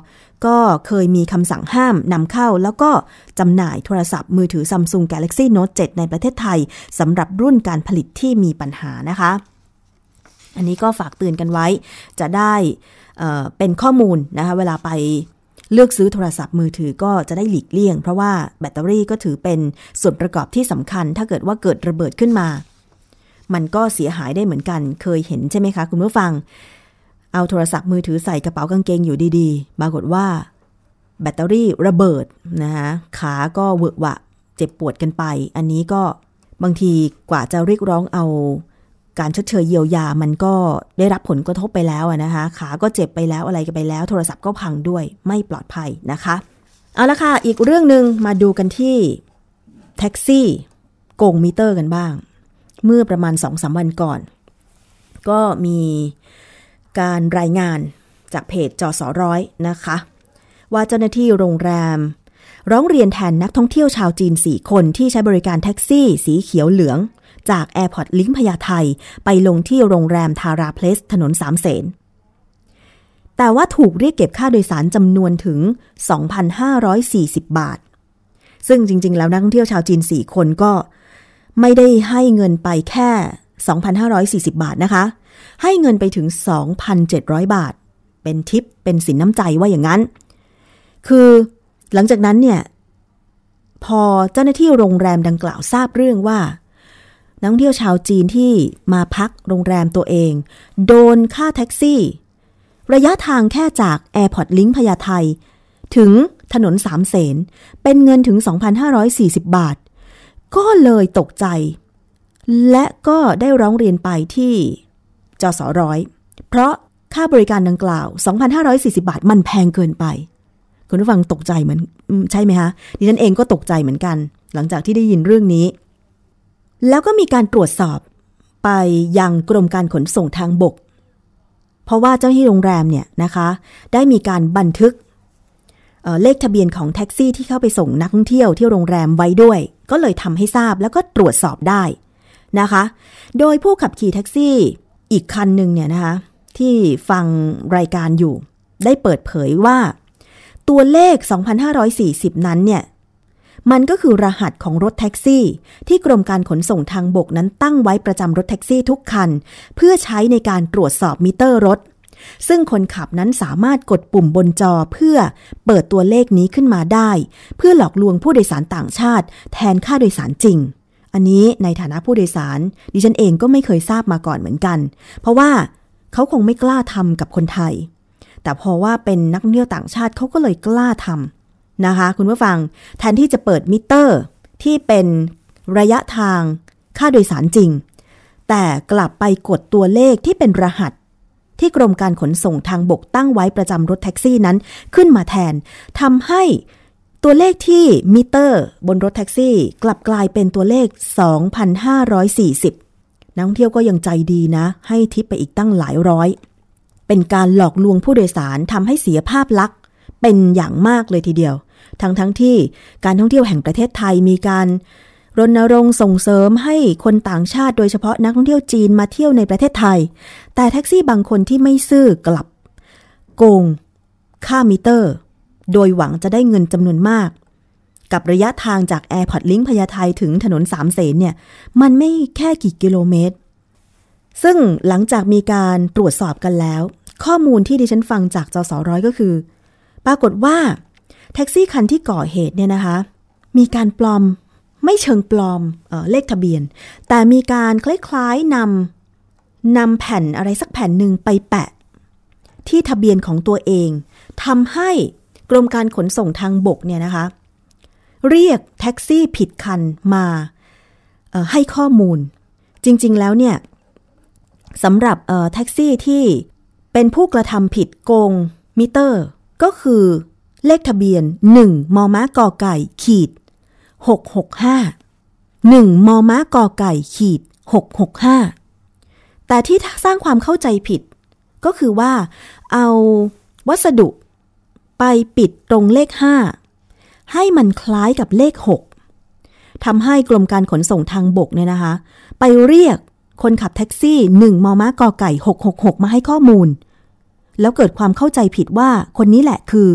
[SPEAKER 3] ก็เคยมีคำสั่งห้ามนำเข้าแล้วก็จำหน่ายโทรศัพท์มือถือ Samsung Galaxy Note เซเว่น ในประเทศไทยสำหรับรุ่นการผลิตที่มีปัญหานะคะอันนี้ก็ฝากเตือนกันไว้จะได้เอ่อเป็นข้อมูลนะคะเวลาไปเลือกซื้อโทรศัพท์มือถือก็จะได้หลีกเลี่ยงเพราะว่าแบตเตอรี่ก็ถือเป็นส่วนประกอบที่สำคัญถ้าเกิดว่าเกิดระเบิดขึ้นมามันก็เสียหายได้เหมือนกันเคยเห็นใช่ไหมคะคุณผู้ฟังเอาโทรศัพท์มือถือใส่กระเป๋ากางเกงอยู่ดีๆปรากฏว่าแบตเตอรี่ระเบิดนะคะขาก็เวอะหวะเจ็บปวดกันไปอันนี้ก็บางทีกว่าจะเรียกร้องเอาการชดเชยเยียวยามันก็ได้รับผลกระทบไปแล้วนะคะขาก็เจ็บไปแล้วอะไรกันไปแล้วโทรศัพท์ก็พังด้วยไม่ปลอดภัยนะคะเอาละค่ะอีกเรื่องนึงมาดูกันที่แท็กซี่โกงมิเตอร์กันบ้างเมื่อประมาณ สองถึงสาม วันก่อนก็มีการรายงานจากเพจจสร้อยนะคะว่าเจ้าหน้าที่โรงแรมร้องเรียนแทนนักท่องเที่ยวชาวจีนสี่คนที่ใช้บริการแท็กซี่สีเขียวเหลืองจาก Airport Link พญาไทไปลงที่โรงแรมทาราเพลสถนนสามเสนแต่ว่าถูกเรียกเก็บค่าโดยสารจำนวนถึง สองพันห้าร้อยสี่สิบ บาทซึ่งจริงๆแล้วนักท่องเที่ยวชาวจีนสี่คนก็ไม่ได้ให้เงินไปแค่ สองพันห้าร้อยสี่สิบ บาทนะคะให้เงินไปถึง สองพันเจ็ดร้อย บาทเป็นทิปเป็นสินน้ำใจว่าอย่างนั้นคือหลังจากนั้นเนี่ยพอเจ้าหน้าที่โรงแรมดังกล่าวทราบเรื่องว่านักท่องเที่ยวชาวจีนที่มาพักโรงแรมตัวเองโดนค่าแท็กซี่ระยะทางแค่จาก Airport Link พญาไทถึงถนนสามเสนเป็นเงินถึง สองพันห้าร้อยสี่สิบ บาทก็เลยตกใจและก็ได้ร้องเรียนไปที่จสร้อยเพราะค่าบริการดังกล่าว สองพันห้าร้อยสี่สิบ บาทมันแพงเกินไปคุณผู้ฟังตกใจเหมือนใช่ไหมคะดิฉันเองก็ตกใจเหมือนกันหลังจากที่ได้ยินเรื่องนี้แล้วก็มีการตรวจสอบไปยังกรมการขนส่งทางบกเพราะว่าเจ้าหน้าที่โรงแรมเนี่ยนะคะได้มีการบันทึก เอ่อ เลขทะเบียนของแท็กซี่ที่เข้าไปส่งนักท่องเที่ยวที่โรงแรมไว้ด้วยก็เลยทำให้ทราบแล้วก็ตรวจสอบได้นะคะโดยผู้ขับขี่แท็กซี่อีกคันหนึ่งเนี่ยนะคะที่ฟังรายการอยู่ได้เปิดเผยว่าตัวเลข สองพันห้าร้อยสี่สิบ นั้นเนี่ยมันก็คือรหัสของรถแท็กซี่ที่กรมการขนส่งทางบกนั้นตั้งไว้ประจำรถแท็กซี่ทุกคันเพื่อใช้ในการตรวจสอบมิเตอร์รถซึ่งคนขับนั้นสามารถกดปุ่มบนจอเพื่อเปิดตัวเลขนี้ขึ้นมาได้เพื่อหลอกลวงผู้โดยสารต่างชาติแทนค่าโดยสารจริงอันนี้ในฐานะผู้โดยสารดิฉันเองก็ไม่เคยทราบมาก่อนเหมือนกันเพราะว่าเขาคงไม่กล้าทำกับคนไทยแต่พอว่าเป็นนักท่องเที่ยวต่างชาติเขาก็เลยกล้าทำนะคะคุณผู้ฟังแทนที่จะเปิดมิเตอร์ที่เป็นระยะทางค่าโดยสารจริงแต่กลับไปกดตัวเลขที่เป็นรหัสที่กรมการขนส่งทางบกตั้งไว้ประจำรถแท็กซี่นั้นขึ้นมาแทนทำให้ตัวเลขที่มิเตอร์บนรถแท็กซี่กลับกลายเป็นตัวเลข สองพันห้าร้อยสี่สิบ นักท่องเที่ยวก็ยังใจดีนะให้ทิปไปอีกตั้งหลายร้อยเป็นการหลอกลวงผู้โดยสารทำให้เสียภาพลักษณ์เป็นอย่างมากเลยทีเดียวทั้งทั้งที่การท่องเที่ยวแห่งประเทศไทยมีการรณรงค์ส่งเสริมให้คนต่างชาติโดยเฉพาะนักท่องเที่ยวจีนมาเที่ยวในประเทศไทยแต่แท็กซี่บางคนที่ไม่ซื่อกลับโกงค่ามิเตอร์โดยหวังจะได้เงินจำนวนมากกับระยะทางจาก Airport Link พญาไทถึงถนนสามเสนเนี่ยมันไม่แค่กี่กิโลเมตรซึ่งหลังจากมีการตรวจสอบกันแล้วข้อมูลที่ดิฉันฟังจากจสร้อยก็คือปรากฏว่าแท็กซี่คันที่ก่อเหตุเนี่ยนะคะมีการปลอมไม่เชิงปลอมเอ่อเลขทะเบียนแต่มีการคล้ายๆนำนำแผ่นอะไรสักแผ่นหนึ่งไปแปะที่ทะเบียนของตัวเองทำให้กรมการขนส่งทางบกเนี่ยนะคะเรียกแท็กซี่ผิดคันมาเอ่อให้ข้อมูลจริงๆแล้วเนี่ยสำหรับเอ่อแท็กซี่ที่เป็นผู้กระทำผิดโกงมิเตอร์ก็คือเลขทะเบียนหนึ่งมมกไก่ขีดหกหกห้า หนึ่งมมกไก่ขีดหกหกห้าแต่ที่สร้างความเข้าใจผิดก็คือว่าเอาวัสดุไปปิดตรงเลขห้าให้มันคล้ายกับเลขหกทำให้กรมการขนส่งทางบกเนี่ยนะคะไปเรียกคนขับแท็กซี่หนึ่งมมกไก่หกหกหกมาให้ข้อมูลแล้วเกิดความเข้าใจผิดว่าคนนี้แหละคือ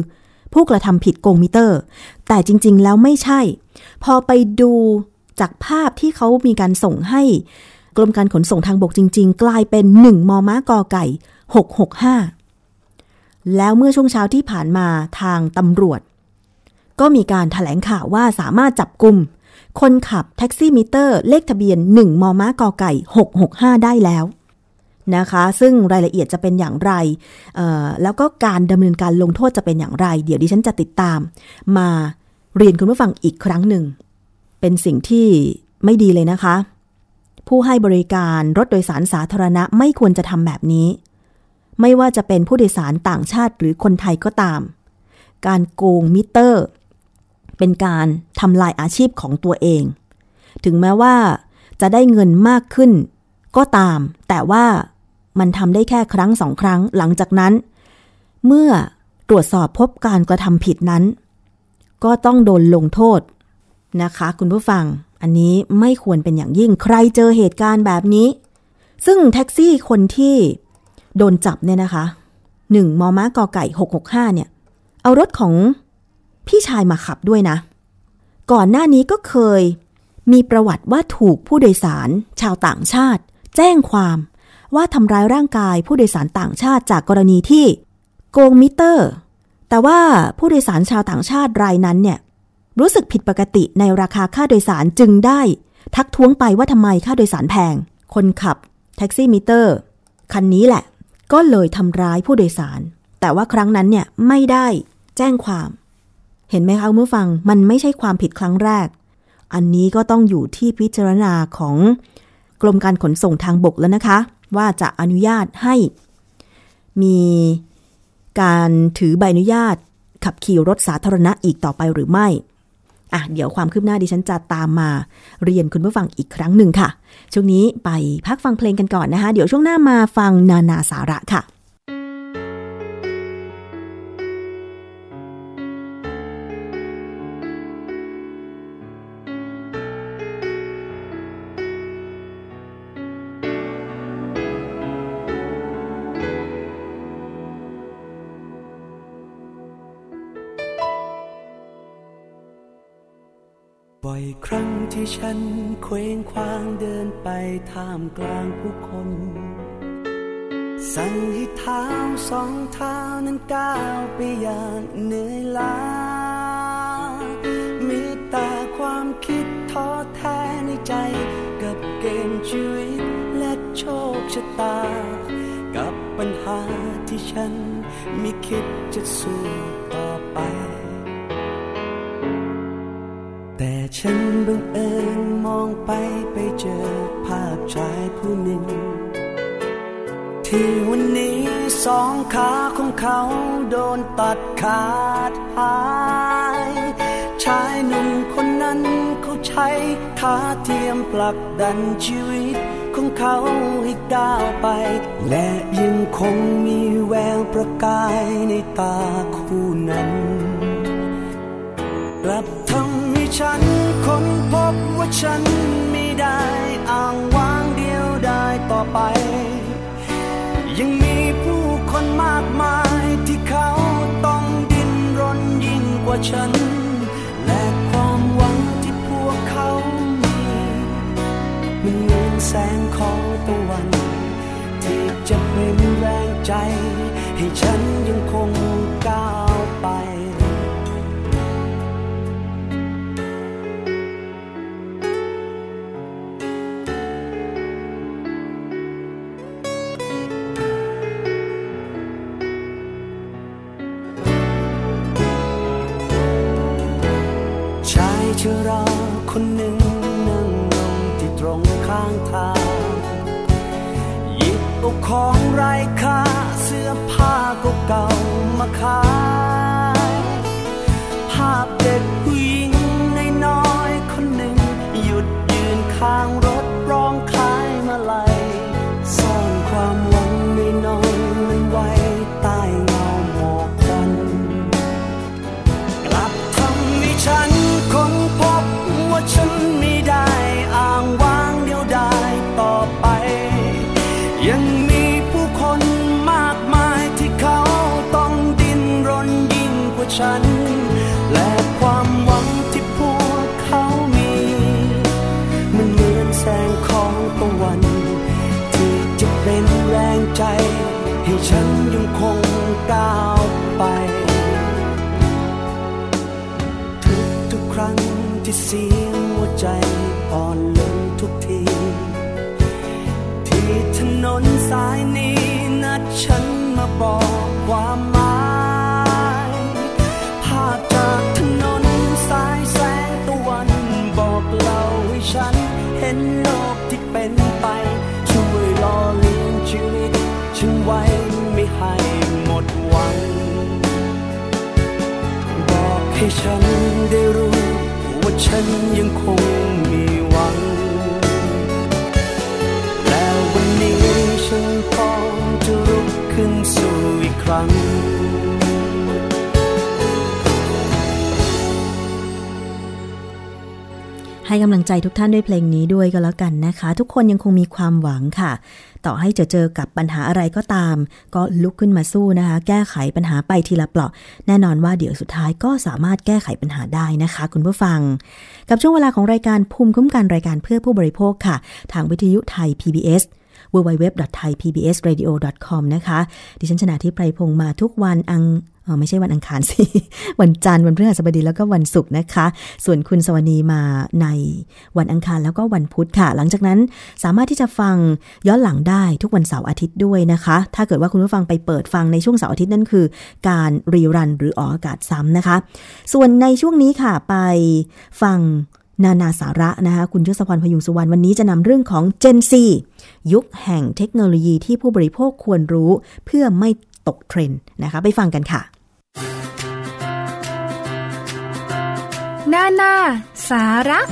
[SPEAKER 3] ผู้กระทำผิดโกงมิเตอร์แต่จริงๆแล้วไม่ใช่พอไปดูจากภาพที่เขามีการส่งให้กรมการขนส่งทางบกจริงๆกลายเป็นหนึ่งมมกไก่หกหกห้าแล้วเมื่อช่วงเช้าที่ผ่านมาทางตำรวจก็มีการแถลงข่าวว่าสามารถจับกุมคนขับแท็กซี่มิเตอร์เลขทะเบียนหนึ่งมมกไก่หกหกห้าได้แล้วนะคะซึ่งรายละเอียดจะเป็นอย่างไรแล้วก็การดำเนินการลงโทษจะเป็นอย่างไรเดี๋ยวดิฉันจะติดตามมาเรียนคุณผู้ฟังอีกครั้งหนึ่งเป็นสิ่งที่ไม่ดีเลยนะคะผู้ให้บริการรถโดยสารสาธารณะไม่ควรจะทำแบบนี้ไม่ว่าจะเป็นผู้โดยสารต่างชาติหรือคนไทยก็ตามการโกงมิเตอร์เป็นการทำลายอาชีพของตัวเองถึงแม้ว่าจะได้เงินมากขึ้นก็ตามแต่ว่ามันทำได้แค่ครั้งสองครั้งหลังจากนั้นเมื่อตรวจสอบพบการกระทำผิดนั้นก็ต้องโดนลงโทษนะคะคุณผู้ฟังอันนี้ไม่ควรเป็นอย่างยิ่งใครเจอเหตุการณ์แบบนี้ซึ่งแท็กซี่คนที่โดนจับเนี่ยนะคะหนึ่งมมกไก่หกหกห้าเนี่ยเอารถของพี่ชายมาขับด้วยนะก่อนหน้านี้ก็เคยมีประวัติว่าถูกผู้โดยสารชาวต่างชาติแจ้งความว่าทำร้ายร่างกายผู้โดยสารต่างชาติจากกรณีที่โกงมิเตอร์แต่ว่าผู้โดยสารชาวต่างชาติรายนั้นเนี่ยรู้สึกผิดปกติในราคาค่าโดยสารจึงได้ทักท้วงไปว่าทำไมค่าโดยสารแพงคนขับแท็กซี่มิเตอร์คันนี้แหละก็เลยทำร้ายผู้โดยสารแต่ว่าครั้งนั้นเนี่ยไม่ได้แจ้งความเห็นไหมคะคุณผู้ฟังมันไม่ใช่ความผิดครั้งแรกอันนี้ก็ต้องอยู่ที่พิจารณาของกรมการขนส่งทางบกแล้วนะคะว่าจะอนุญาตให้มีการถือใบอนุญาตขับขี่รถสาธารณะอีกต่อไปหรือไม่อ่ะเดี๋ยวความคืบหน้าดิฉันจะตามมาเรียนคุณผู้ฟังอีกครั้งหนึ่งค่ะช่วงนี้ไปพักฟังเพลงกันก่อนนะคะเดี๋ยวช่วงหน้ามาฟังนานาสาระค่ะ
[SPEAKER 6] บ่อยครั้งที่ฉันเคว้งคว้างเดินไปท่ามกลางผู้คนสั่งให้เท้าสองเท้านั้นก้าวไปอย่างเหนื่อยล้ามีแต่ความคิดท้อแท้ในใจกับเกมชีวิตและโชคชะตากับปัญหาที่ฉันไม่คิดจะสู้ต่อไปแต่ฉันบังเอิญมองไปไปเจอภาพชายผู้หนึ่งที่วันนี้สองขาของเขาโดนตัดขาดหายชายหนุ่มคนนั้นเขาใช้ขาเทียมผลักดันชีวิตของเขาให้ก้าวไปและยังคงมีแววประกายในตาคู่นั้นกลับทำให้ฉันค้นพบว่าฉันไม่ได้อ้างว้างเดียวได้ต่อไปยังมีผู้คนมากมายที่เขาต้องดิ้นรนยิ่งกว่าฉันและความหวังที่พวกเขามีมันเหมือนแสงของตะวันที่จะเป็นแรงใจให้ฉันยังคงก้าวไปชราคนหนึ่งนั่งลงที่ตรงข้างทางหยิบเอาของไร้ค่าเสื้อผ้าเก่าๆมาขายภาพเด็กผู้หญิงน้อยๆคนหนึ่งหยุดยืนข้างรถร้องขายมาลัยซ่อนความหวังน้อยๆนั้นไว้ใต้เงาหมอกควันกลับทำให้ฉันค้นพบว่าฉันไม่ได้อ้างว้างเดียวดายต่อไปยังมีผู้คนมากมายที่เขาต้องดิ้นรนยิ่งกว่าฉฉันและความหวังที่พวกเขามีมันเหมือนแสงของตะวันที่จะเป็นแรงใจให้ฉันยังคงก้าวไปทุกๆครั้งที่เสียงหัวใจอ่อนลงทุกทีที่ถนนสายนี้นัดฉันมาบอกความหมายภาพจากถนนสายแสงตะวันบอกเล่าให้ฉันเห็นโลกที่เป็นไปช่วยหล่อเลี้ยงชีวิตฉันไว้ไม่ให้หมดหวังบอกให้ฉันได้รู้ว่าฉันยังคงมีหวังแล้ววันนี้ฉันพร้อมจะลุกขึ้นสู่อีกครั้ง
[SPEAKER 3] ให้กำลังใจทุกท่านด้วยเพลงนี้ด้วยก็แล้วกันนะคะทุกคนยังคงมีความหวังค่ะต่อให้จะเจอกับปัญหาอะไรก็ตามก็ลุกขึ้นมาสู้นะคะแก้ไขปัญหาไปทีละเปราะแน่นอนว่าเดี๋ยวสุดท้ายก็สามารถแก้ไขปัญหาได้นะคะคุณผู้ฟังกับช่วงเวลาของรายการภูมิคุ้มกันรายการเพื่อผู้บริโภคค่ะทางวิทยุไทย พี บี เอส ดับเบิลยู ดับเบิลยู ดับเบิลยู ดอท ไทย พี บี เอส เรดิโอ ดอท คอม นะคะดิฉันชนาธิปไพพงษ์มาทุกวันอังอ๋อไม่ใช่วันอังคารสิ วันจันทร์วันพฤหัสบดีแล้วก็วันศุกร์นะคะส่วนคุณสวนีมาในวันอังคารแล้วก็วันพุธค่ะหลังจากนั้นสามารถที่จะฟังย้อนหลังได้ทุกวันเสาร์อาทิตย์ด้วยนะคะถ้าเกิดว่าคุณผู้ฟังไปเปิดฟังในช่วงเสาร์อาทิตย์นั่นคือการรีรันหรือออกอากาศซ้ำนะคะส่วนในช่วงนี้ค่ะไปฟังนานาสาระนะคะคุณยศพรพยุงสุวรรณวันนี้จะนำเรื่องของ Gen Z ยุคแห่งเทคโนโลยีที่ผู้บริโภคควรรู้เพื่อไม่ตกเทรนด์นะคะไปฟังกันค่ะ
[SPEAKER 1] นานาสาระ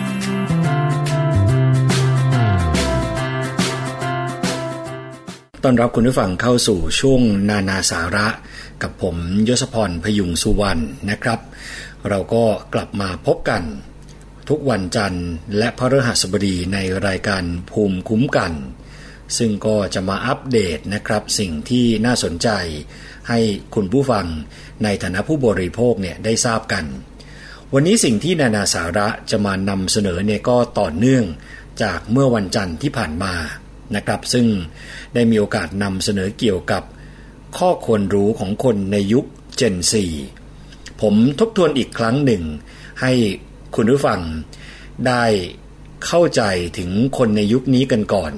[SPEAKER 7] ต้อนรับคุณผู้ฟังเข้าสู่ช่วงนานาสาระกับผมยศพรพยุงสุวรรณนะครับเราก็กลับมาพบกันทุกวันจันทร์และพฤหัสบดีในรายการภูมิคุ้มกันซึ่งก็จะมาอัปเดตนะครับสิ่งที่น่าสนใจให้คุณผู้ฟังในฐานะผู้บริโภคเนี่ยได้ทราบกันวันนี้สิ่งที่นานาสาระจะมานำเสนอเนี่ยก็ต่อเนื่องจากเมื่อวันจันทร์ที่ผ่านมานะครับซึ่งได้มีโอกาสนำเสนอเกี่ยวกับข้อควรรู้ของคนในยุค Gen Z ผมทบทวนอีกครั้งหนึ่งให้คุณผู้ฟังได้เข้าใจถึงคนในยุคนี้กันก่อน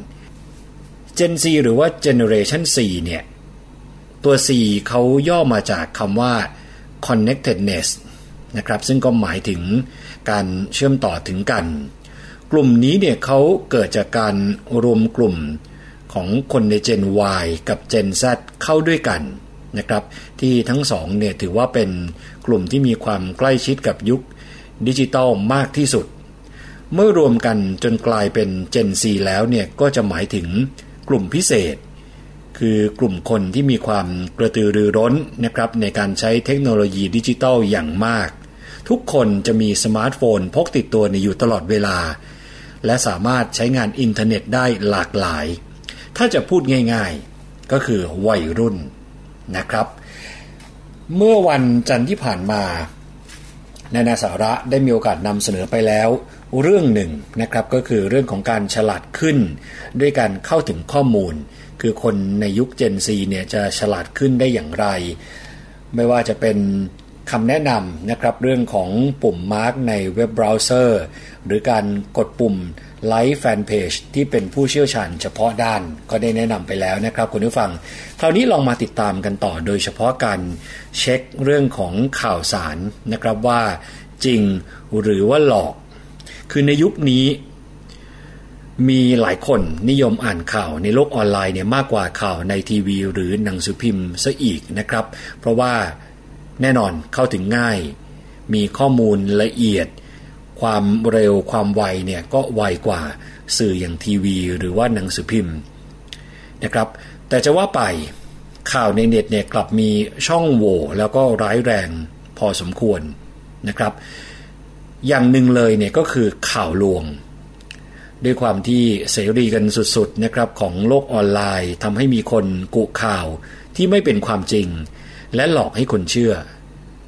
[SPEAKER 7] Gen Z หรือว่า Generation ซี เนี่ยตัว C เขาย่อมาจากคำว่า connectedness นะครับซึ่งก็หมายถึงการเชื่อมต่อถึงกันกลุ่มนี้เนี่ยเขาเกิดจากการรวมกลุ่มของคนใน Gen Y กับ Gen Z เข้าด้วยกันนะครับที่ทั้งสองเนี่ยถือว่าเป็นกลุ่มที่มีความใกล้ชิดกับยุคดิจิทัลมากที่สุดเมื่อรวมกันจนกลายเป็น Gen Z แล้วเนี่ยก็จะหมายถึงกลุ่มพิเศษคือกลุ่มคนที่มีความกระตือรือร้นนะครับในการใช้เทคโนโลยีดิจิทัลอย่างมากทุกคนจะมีสมาร์ทโฟนพกติดตัวอยู่ตลอดเวลาและสามารถใช้งานอินเทอร์เน็ตได้หลากหลายถ้าจะพูดง่ายๆก็คือวัยรุ่นนะครับเมื่อวันจันทร์ที่ผ่านมานานาสาระได้มีโอกาสนำเสนอไปแล้วเรื่องหนึ่งนะครับก็คือเรื่องของการฉลาดขึ้นด้วยการเข้าถึงข้อมูลคือคนในยุค Gen Z เนี่ยจะฉลาดขึ้นได้อย่างไรไม่ว่าจะเป็นคำแนะนำนะครับเรื่องของปุ่มมาร์กในเว็บเบราว์เซอร์หรือการกดปุ่มไลค์แฟนเพจที่เป็นผู้เชี่ยวชาญเฉพาะด้านก็ได้แนะนำไปแล้วนะครับคุณผู้ฟังคราวนี้ลองมาติดตามกันต่อโดยเฉพาะการเช็คเรื่องของข่าวสารนะครับว่าจริงหรือว่าหลอกคือในยุคนี้มีหลายคนนิยมอ่านข่าวในโลกออนไลน์เนี่ยมากกว่าข่าวในทีวีหรือหนังสือพิมพ์ซะอีกนะครับเพราะว่าแน่นอนเข้าถึงง่ายมีข้อมูลละเอียดความเร็วความไวเนี่ยก็ไวกว่าสื่ออย่างทีวีหรือว่าหนังสือพิมพ์นะครับแต่จะว่าไปข่าวในเน็ตเนี่ยกลับมีช่องโหว่แล้วก็ร้ายแรงพอสมควรนะครับอย่างหนึ่งเลยเนี่ยก็คือข่าวลวงด้วยความที่เสรีกันสุดๆนะครับของโลกออนไลน์ทำให้มีคนกุข่าวที่ไม่เป็นความจริงและหลอกให้คนเชื่อ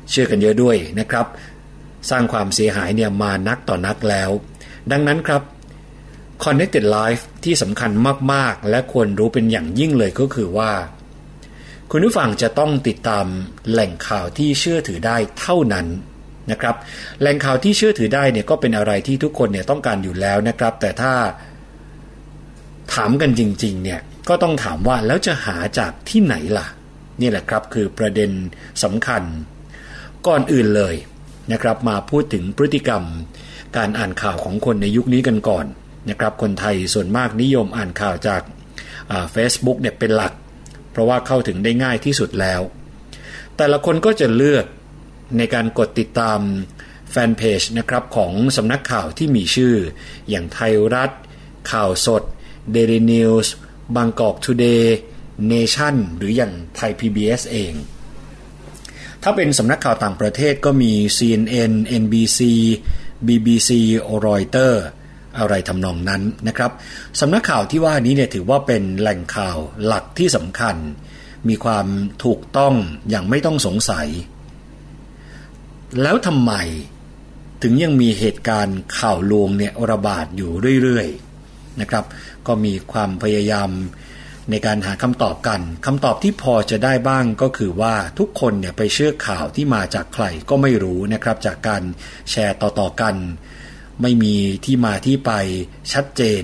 [SPEAKER 7] เชื่อกันเยอะด้วยนะครับสร้างความเสียหายเนี่ยมานักต่อนักแล้วดังนั้นครับ Connected Life ที่สำคัญมากๆและควรรู้เป็นอย่างยิ่งเลยก็คือว่าคุณผู้ฟังจะต้องติดตามแหล่งข่าวที่เชื่อถือได้เท่านั้นนะครับแหล่งข่าวที่เชื่อถือได้เนี่ยก็เป็นอะไรที่ทุกคนเนี่ยต้องการอยู่แล้วนะครับแต่ถ้าถามกันจริงๆเนี่ยก็ต้องถามว่าแล้วจะหาจากที่ไหนล่ะนี่แหละครับคือประเด็นสำคัญก่อนอื่นเลยนะครับมาพูดถึงพฤติกรรมการอ่านข่าวของคนในยุคนี้กันก่อนนะครับคนไทยส่วนมากนิยมอ่านข่าวจากอ่า Facebook เนี่ยเป็นหลักเพราะว่าเข้าถึงได้ง่ายที่สุดแล้วแต่ละคนก็จะเลือกในการกดติดตามแฟนเพจนะครับของสำนักข่าวที่มีชื่ออย่างไทยรัฐข่าวสด Daily News บางกอก Today Nation หรืออย่างไทย พี บี เอส เองถ้าเป็นสำนักข่าวต่างประเทศก็มี ซี เอ็น เอ็น เอ็น บี ซี บี บี ซี Reuters อะไรทำนองนั้นนะครับสำนักข่าวที่ว่านี้เนี่ยถือว่าเป็นแหล่งข่าวหลักที่สำคัญมีความถูกต้องอย่างไม่ต้องสงสัยแล้วทำไมถึงยังมีเหตุการณ์ข่าวลวงเนี่ยระบาดอยู่เรื่อยๆนะครับก็มีความพยายามในการหาคำตอบกันคำตอบที่พอจะได้บ้างก็คือว่าทุกคนเนี่ยไปเชื่อข่าวที่มาจากใครก็ไม่รู้นะครับจากการแชร์ต่อๆกันไม่มีที่มาที่ไปชัดเจน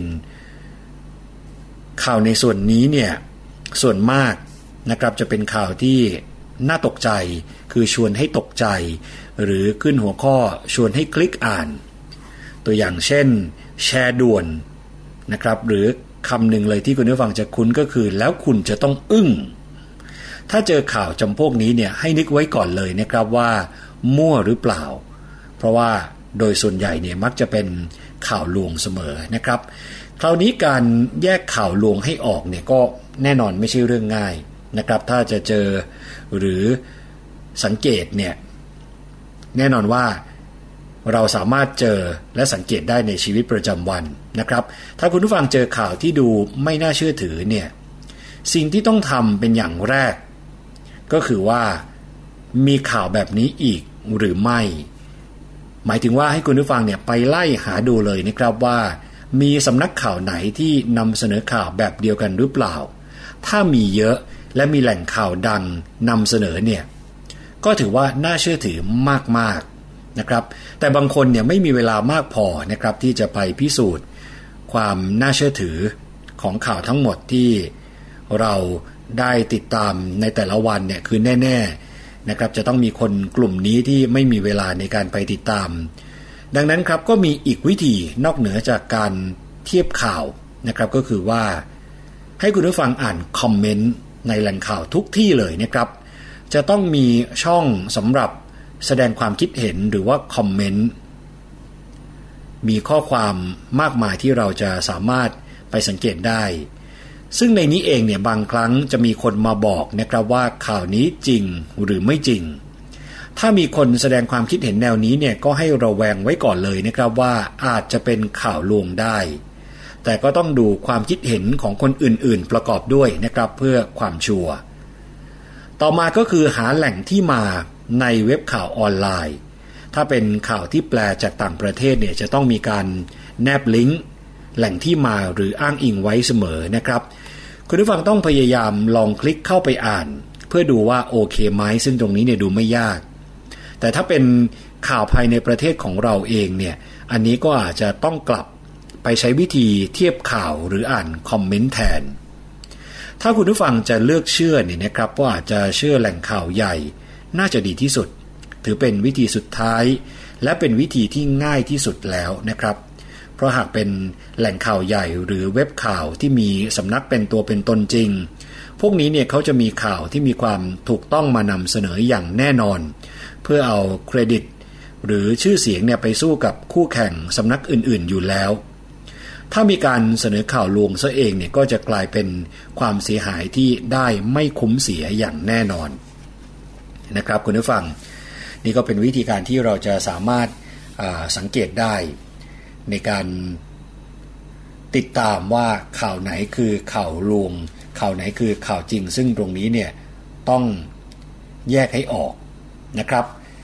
[SPEAKER 7] ข่าวในส่วนนี้เนี่ยส่วนมากนะครับจะเป็นข่าวที่น่าตกใจคือชวนให้ตกใจหรือขึ้นหัวข้อชวนให้คลิกอ่านตัวอย่างเช่นแชร์ด่วนนะครับหรือคำหนึ่งเลยที่คุณผู้ฟังจะคุ้นก็คือแล้วคุณจะต้องอึ้งถ้าเจอข่าวจำพวกนี้เนี่ยให้นึกไว้ก่อนเลยนะครับว่ามั่วหรือเปล่าเพราะว่าโดยส่วนใหญ่เนี่ยมักจะเป็นข่าวลวงเสมอนะครับคราวนี้การแยกข่าวลวงให้ออกเนี่ยก็แน่นอนไม่ใช่เรื่องง่ายนะครับถ้าจะเจอหรือสังเกตเนี่ยแน่นอนว่าเราสามารถเจอและสังเกตได้ในชีวิตประจำวันนะครับถ้าคุณผู้ฟังเจอข่าวที่ดูไม่น่าเชื่อถือเนี่ยสิ่งที่ต้องทำเป็นอย่างแรกก็คือว่ามีข่าวแบบนี้อีกหรือไม่หมายถึงว่าให้คุณผู้ฟังเนี่ยไปไล่หาดูเลยนะครับว่ามีสำนักข่าวไหนที่นำเสนอข่าวแบบเดียวกันหรือเปล่าถ้ามีเยอะและมีแหล่งข่าวดังนำเสนอเนี่ยก็ถือว่าน่าเชื่อถือมากๆนะครับแต่บางคนเนี่ยไม่มีเวลามากพอนะครับที่จะไปพิสูจน์ความน่าเชื่อถือของข่าวทั้งหมดที่เราได้ติดตามในแต่ละวันเนี่ยคือแน่ๆนะครับจะต้องมีคนกลุ่มนี้ที่ไม่มีเวลาในการไปติดตามดังนั้นครับก็มีอีกวิธีนอกเหนือจากการเทียบข่าวนะครับก็คือว่าให้คุณผู้ฟังอ่านคอมเมนต์ในแหล่งข่าวทุกที่เลยนะครับจะต้องมีช่องสำหรับแสดงความคิดเห็นหรือว่าคอมเมนต์มีข้อความมากมายที่เราจะสามารถไปสังเกตได้ซึ่งในนี้เองเนี่ยบางครั้งจะมีคนมาบอกนะครับว่าข่าวนี้จริงหรือไม่จริงถ้ามีคนแสดงความคิดเห็นแนวนี้เนี่ยก็ให้ระแวงไว้ก่อนเลยนะครับว่าอาจจะเป็นข่าวลวงได้แต่ก็ต้องดูความคิดเห็นของคนอื่นๆประกอบด้วยนะครับเพื่อความชัวร์ต่อมาก็คือหาแหล่งที่มาในเว็บข่าวออนไลน์ถ้าเป็นข่าวที่แปลจากต่างประเทศเนี่ยจะต้องมีการแนบลิงก์แหล่งที่มาหรืออ้างอิงไว้เสมอนะครับคุณผู้ฟังต้องพยายามลองคลิกเข้าไปอ่านเพื่อดูว่าโอเคไหมซึ่งตรงนี้เนี่ยดูไม่ยากแต่ถ้าเป็นข่าวภายในประเทศของเราเองเนี่ยอันนี้ก็อาจจะต้องกลับไปใช้วิธีเทียบข่าวหรืออ่านคอมเมนต์แทนถ้าคุณผู้ฟังจะเลือกเชื่อเนี่ยนะครับว่าอาจจะเชื่อแหล่งข่าวใหญ่น่าจะดีที่สุดถือเป็นวิธีสุดท้ายและเป็นวิธีที่ง่ายที่สุดแล้วนะครับเพราะหากเป็นแหล่งข่าวใหญ่หรือเว็บข่าวที่มีสำนักเป็นตัวเป็นตนจริงพวกนี้เนี่ยเขาจะมีข่าวที่มีความถูกต้องมานำเสนออย่างแน่นอนเพื่อเอาเครดิตหรือชื่อเสียงเนี่ยไปสู้กับคู่แข่งสำนักอื่นๆอยู่แล้วถ้ามีการเสนอข่าวลวงซะเองเนี่ยก็จะกลายเป็นความเสียหายที่ได้ไม่คุ้มเสียอย่างแน่นอนนะครับคุณผู้ฟังนี่ก็เป็นวิธีการที่เราจะสามารถสังเกตได้ในการติดตามว่าข่าวไหนคือข่าวลวงข่าวไหนคือข่าวจริงซึ่งตรงนี้เนี่ยต้องแยกให้ออกนะครับ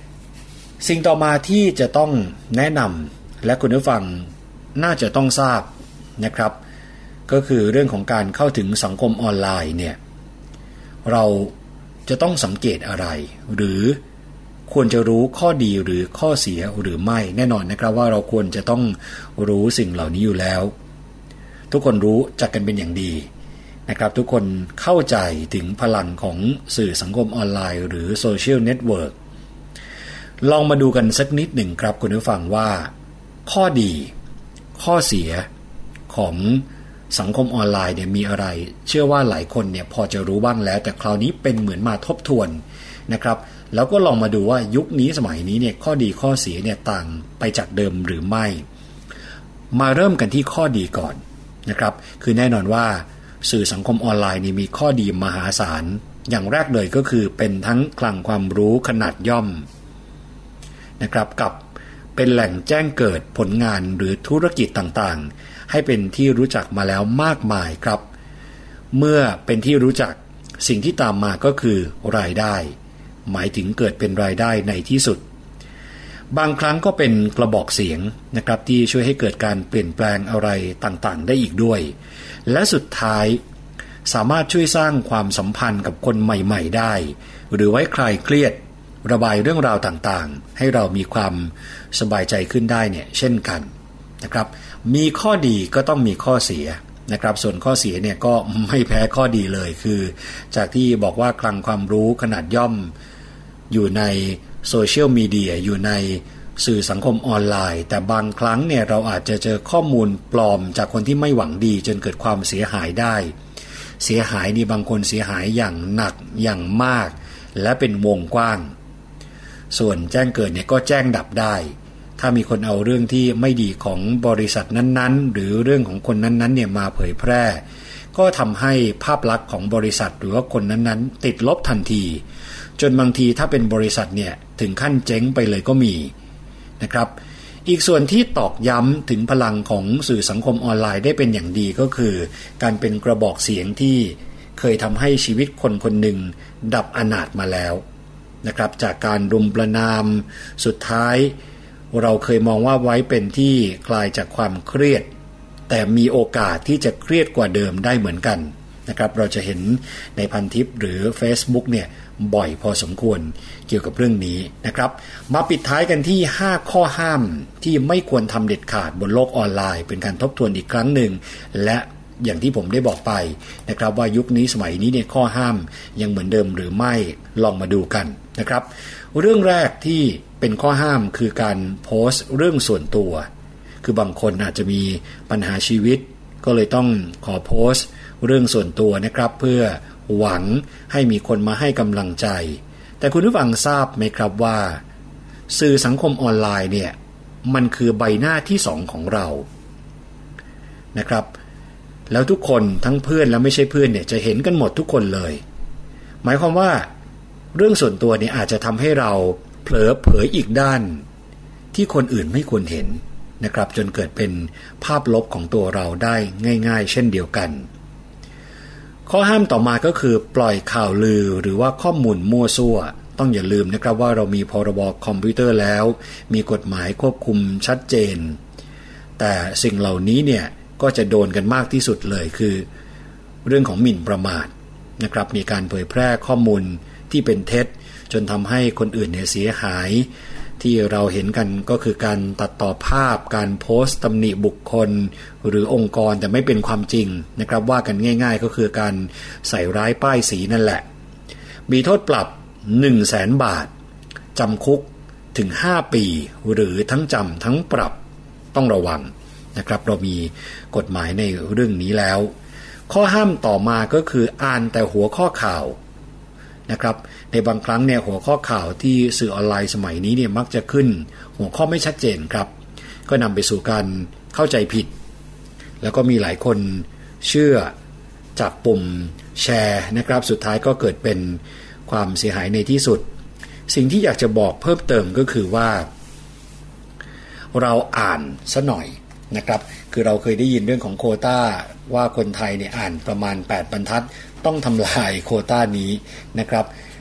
[SPEAKER 7] สิ่งต่อมาที่จะต้องแนะนำและคุณผู้ฟังน่าจะต้องทราบนะครับก็คือเรื่องของการเข้าถึงสังคมออนไลน์เนี่ยเราจะต้องสังเกตอะไรหรือควรจะรู้ข้อดีหรือข้อเสียหรือไม่แน่นอนนะครับว่าเราควรจะต้องรู้สิ่งเหล่านี้อยู่แล้วทุกคนรู้จักกันเป็นอย่างดีนะครับทุกคนเข้าใจถึงพลังของสื่อสังคมออนไลน์หรือโซเชียลเน็ตเวิร์กลองมาดูกันสักนิดหนึ่งครับคุณผู้ฟังว่าข้อดีข้อเสียของสังคมออนไลน์เนี่ยมีอะไรเชื่อว่าหลายคนเนี่ยพอจะรู้บ้างแล้วแต่คราวนี้เป็นเหมือนมาทบทวนนะครับแล้วก็ลองมาดูว่ายุคนี้สมัยนี้เนี่ยข้อดีข้อเสียเนี่ยต่างไปจากเดิมหรือไม่มาเริ่มกันที่ข้อดีก่อนนะครับคือแน่นอนว่าสื่อสังคมออนไลน์นี่มีข้อดีมหาศาลอย่างแรกเลยก็คือเป็นทั้งคลังความรู้ขนาดย่อมนะครับกับเป็นแหล่งแจ้งเกิดผลงานหรือธุรกิจต่างๆให้เป็นที่รู้จักมาแล้วมากมายครับเมื่อเป็นที่รู้จักสิ่งที่ตามมาก็คือรายได้หมายถึงเกิดเป็นรายได้ในที่สุดบางครั้งก็เป็นกระบอกเสียงนะครับที่ช่วยให้เกิดการเปลี่ยนแปลงอะไรต่างๆได้อีกด้วยและสุดท้ายสามารถช่วยสร้างความสัมพันธ์กับคนใหม่ๆได้หรือไว้คลายเครียดระบายเรื่องราวต่างๆให้เรามีความสบายใจขึ้นได้เนี่ยเช่นกันนะครับมีข้อดีก็ต้องมีข้อเสียนะครับส่วนข้อเสียเนี่ยก็ไม่แพ้ข้อดีเลยคือจากที่บอกว่าคลังความรู้ขนาดย่อมอยู่ในโซเชียลมีเดียอยู่ในสื่อสังคมออนไลน์แต่บางครั้งเนี่ยเราอาจจะเจอข้อมูลปลอมจากคนที่ไม่หวังดีจนเกิดความเสียหายได้เสียหายนี่บางคนเสียหายอย่างหนักอย่างมากและเป็นวงกว้างส่วนแจ้งเกิดเนี่ยก็แจ้งดับได้ถ้ามีคนเอาเรื่องที่ไม่ดีของบริษัทนั้นๆหรือเรื่องของคนนั้นๆเนี่ยมาเผยแพร่ก็ทำให้ภาพลักษณ์ของบริษัทหรือว่าคนนั้นๆติดลบทันทีจนบางทีถ้าเป็นบริษัทเนี่ยถึงขั้นเจ๊งไปเลยก็มีนะครับอีกส่วนที่ตอกย้ำถึงพลังของสื่อสังคมออนไลน์ได้เป็นอย่างดีก็คือการเป็นกระบอกเสียงที่เคยทำให้ชีวิตคนคนหนึ่งดับอนาถมาแล้วนะครับจากการรุมประณามสุดท้ายเราเคยมองว่าไว้เป็นที่คลายจากความเครียดแต่มีโอกาสที่จะเครียดกว่าเดิมได้เหมือนกันนะครับเราจะเห็นในพันทิปหรือ Facebook เนี่ยบ่อยพอสมควรเกี่ยวกับเรื่องนี้นะครับมาปิดท้ายกันที่ห้าข้อห้ามที่ไม่ควรทำเด็ดขาดบนโลกออนไลน์เป็นการทบทวนอีกครั้งหนึ่งและอย่างที่ผมได้บอกไปนะครับว่ายุคนี้สมัยนี้เนี่ยข้อห้ามยังเหมือนเดิมหรือไม่ลองมาดูกันนะครับเรื่องแรกที่เป็นข้อห้ามคือการโพสต์เรื่องส่วนตัวคือบางคนอาจจะมีปัญหาชีวิตก็เลยต้องขอโพสต์เรื่องส่วนตัวนะครับเพื่อหวังให้มีคนมาให้กำลังใจแต่คุณผู้ฟังทราบไหมครับว่าสื่อสังคมออนไลน์เนี่ยมันคือใบหน้าที่สองของเรานะครับแล้วทุกคนทั้งเพื่อนและไม่ใช่เพื่อนเนี่ยจะเห็นกันหมดทุกคนเลยหมายความว่าเรื่องส่วนตัวเนี่ยอาจจะทำให้เราเผลอเผยอีกด้านที่คนอื่นไม่ควรเห็นนะครับจนเกิดเป็นภาพลบของตัวเราได้ง่ายๆเช่นเดียวกันข้อห้ามต่อมาก็คือปล่อยข่าวลือหรือว่าข้อมูลมั่วซั่วต้องอย่าลืมนะครับว่าเรามีพรบคอมพิวเตอร์แล้วมีกฎหมายควบคุมชัดเจนแต่สิ่งเหล่านี้เนี่ยก็จะโดนกันมากที่สุดเลยคือเรื่องของหมิ่นประมาทนะครับมีการเผยแพร่ข้อมูลที่เป็นเท็จจนทำให้คนอื่นเนี่ยเสียหายที่เราเห็นกันก็คือการตัดต่อภาพการโพสต์ตำหนิบุคคลหรือองค์กรแต่ไม่เป็นความจริงนะครับว่ากันง่ายๆก็คือการใส่ร้ายป้ายสีนั่นแหละมีโทษปรับ หนึ่งแสน บาทจำคุกถึงห้าปีหรือทั้งจำทั้งปรับต้องระวังนะครับเรามีกฎหมายในเรื่องนี้แล้วข้อห้ามต่อมาก็คืออ่านแต่หัวข้อข่าวนะครับในบางครั้งเนี่ยหัวข้อข่าวที่สื่อออนไลน์สมัยนี้เนี่ยมักจะขึ้นหัวข้อไม่ชัดเจนครับก็นำไปสู่การเข้าใจผิดแล้วก็มีหลายคนเชื่อจากปุ่มแชร์นะครับสุดท้ายก็เกิดเป็นความเสียหายในที่สุดสิ่งที่อยากจะบอกเพิ่มเติมก็คือว่าเราอ่านซะหน่อยนะครับคือเราเคยได้ยินเรื่องของโควต้าว่าคนไทยเนี่ยอ่านประมาณแปดบรรทัดต้องทำลายโควต้านี้นะครับ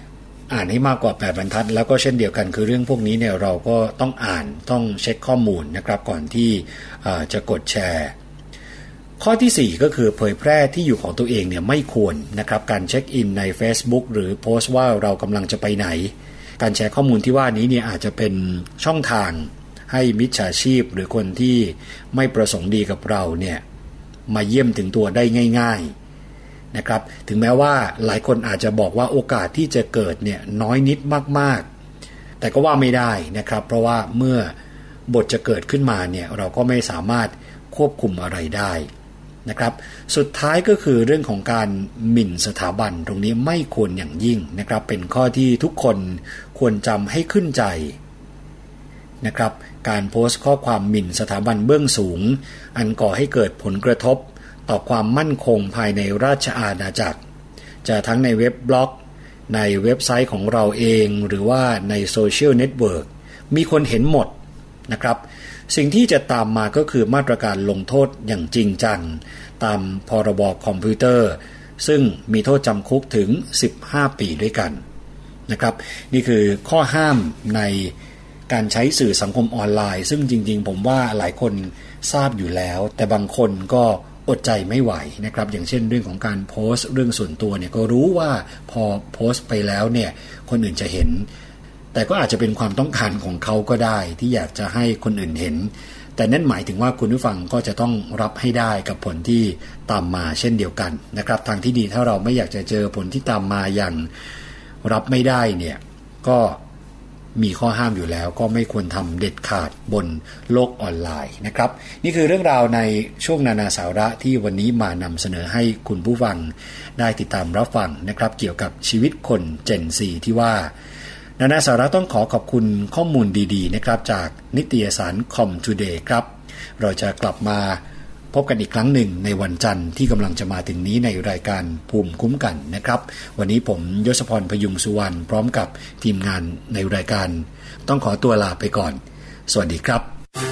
[SPEAKER 7] อ่านให้มากกว่าแปดบรรทัดแล้วก็เช่นเดียวกันคือเรื่องพวกนี้เนี่ยเราก็ต้องอ่านต้องเช็คข้อมูลนะครับก่อนที่จะกดแชร์ข้อที่สี่ก็คือเผยแพร่ที่อยู่ของตัวเองเนี่ยไม่ควรนะครับการเช็คอินใน Facebook หรือโพสต์ว่าเรากำลังจะไปไหนการแชร์ข้อมูลที่ว่านี้เนี่ยอาจจะเป็นช่องทางให้มิจฉาชีพหรือคนที่ไม่ประสงค์ดีกับเราเนี่ยมาเยี่ยมถึงตัวได้ง่ายๆนะครับถึงแม้ว่าหลายคนอาจจะบอกว่าโอกาสที่จะเกิดเนี่ยน้อยนิดมากๆแต่ก็ว่าไม่ได้นะครับเพราะว่าเมื่อบทจะเกิดขึ้นมาเนี่ยเราก็ไม่สามารถควบคุมอะไรได้นะครับสุดท้ายก็คือเรื่องของการหมิ่นสถาบันตรงนี้ไม่ควรอย่างยิ่งนะครับเป็นข้อที่ทุกคนควรจำให้ขึ้นใจนะครับการโพสต์ข้อความหมิ่นสถาบันเบื้องสูงอันก่อให้เกิดผลกระทบต่อความมั่นคงภายในราชอาณาจักรจะทั้งในเว็บบล็อกในเว็บไซต์ของเราเองหรือว่าในโซเชียลเน็ตเวิร์กมีคนเห็นหมดนะครับสิ่งที่จะตามมาก็คือมาตรการลงโทษอย่างจริงจังตามพรบคอมพิวเตอร์ซึ่งมีโทษจำคุกถึงสิบห้าปีด้วยกันนะครับนี่คือข้อห้ามในการใช้สื่อสังคมออนไลน์ซึ่งจริงๆผมว่าหลายคนทราบอยู่แล้วแต่บางคนก็อดใจไม่ไหวนะครับอย่างเช่นเรื่องของการโพสต์เรื่องส่วนตัวเนี่ยก็รู้ว่าพอโพสต์ไปแล้วเนี่ยคนอื่นจะเห็นแต่ก็อาจจะเป็นความต้องการของเขาก็ได้ที่อยากจะให้คนอื่นเห็นแต่นั่นหมายถึงว่าคุณผู้ฟังก็จะต้องรับให้ได้กับผลที่ตามมาเช่นเดียวกันนะครับทางที่ดีถ้าเราไม่อยากจะเจอผลที่ตามมาอย่างรับไม่ได้เนี่ยก็มีข้อห้ามอยู่แล้วก็ไม่ควรทำเด็ดขาดบนโลกออนไลน์นะครับนี่คือเรื่องราวในช่วงนานาสาระที่วันนี้มานำเสนอให้คุณผู้ฟังได้ติดตามรับฟังนะครับเกี่ยวกับชีวิตคน Gen ซี ที่ว่านานาสาระต้องขอขอบคุณข้อมูลดีๆนะครับจากนิตยสาร Com Today ครับเราจะกลับมาพบกันอีกครั้งหนึ่งในวันจันทร์ที่กำลังจะมาถึงนี้ในรายการภูมิคุ้มกันนะครับวันนี้ผมยศพรพยุงสุวรรณพร้อมกับทีมงานในรายการต้องขอตัวลาไปก่อนสวัสดีครับ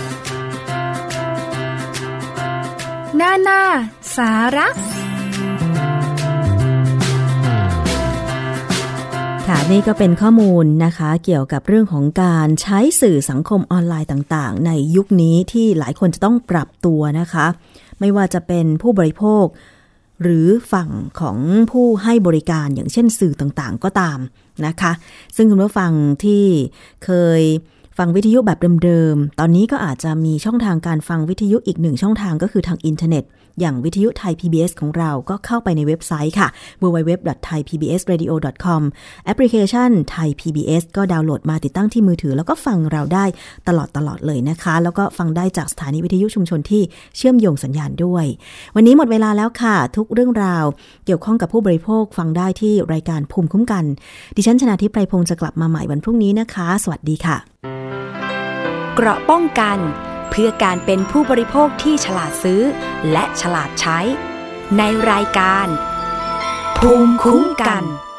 [SPEAKER 1] นานาสาระ
[SPEAKER 3] ค่ะนี่ก็เป็นข้อมูลนะคะเกี่ยวกับเรื่องของการใช้สื่อสังคมออนไลน์ต่างๆในยุคนี้ที่หลายคนจะต้องปรับตัวนะคะไม่ว่าจะเป็นผู้บริโภคหรือฝั่งของผู้ให้บริการอย่างเช่นสื่อต่างๆก็ตามนะคะซึ่งคุณผู้ฟังที่เคยฟังวิทยุแบบเดิมๆตอนนี้ก็อาจจะมีช่องทางการฟังวิทยุอีกหนึ่งช่องทางก็คือทางอินเทอร์เน็ตอย่างวิทยุไทย พี บี เอส ของเราก็เข้าไปในเว็บไซต์ค่ะ ดับเบิลยู ดับเบิลยู ดับเบิลยู ดอท ไทย พี บี เอส เรดิโอ ดอท คอม แอปพลิเคชัน Thai พี บี เอส ก็ดาวน์โหลดมาติดตั้งที่มือถือแล้วก็ฟังเราได้ตลอดตลอดเลยนะคะแล้วก็ฟังได้จากสถานีวิทยุชุมชนที่เชื่อมโยงสัญญาณด้วยวันนี้หมดเวลาแล้วค่ะทุกเรื่องราวเกี่ยวข้องกับผู้บริโภคฟังได้ที่รายการภูมิคุ้มกันดิฉันชนาธิป ไพรพงษ์จะกลับมาใหม่วันพรุ่งนี้นะคะสวัสดีค่ะ
[SPEAKER 1] เกราะป้องกันเพื่อการเป็นผู้บริโภคที่ฉลาดซื้อและฉลาดใช้ในรายการภูมิคุ้มกัน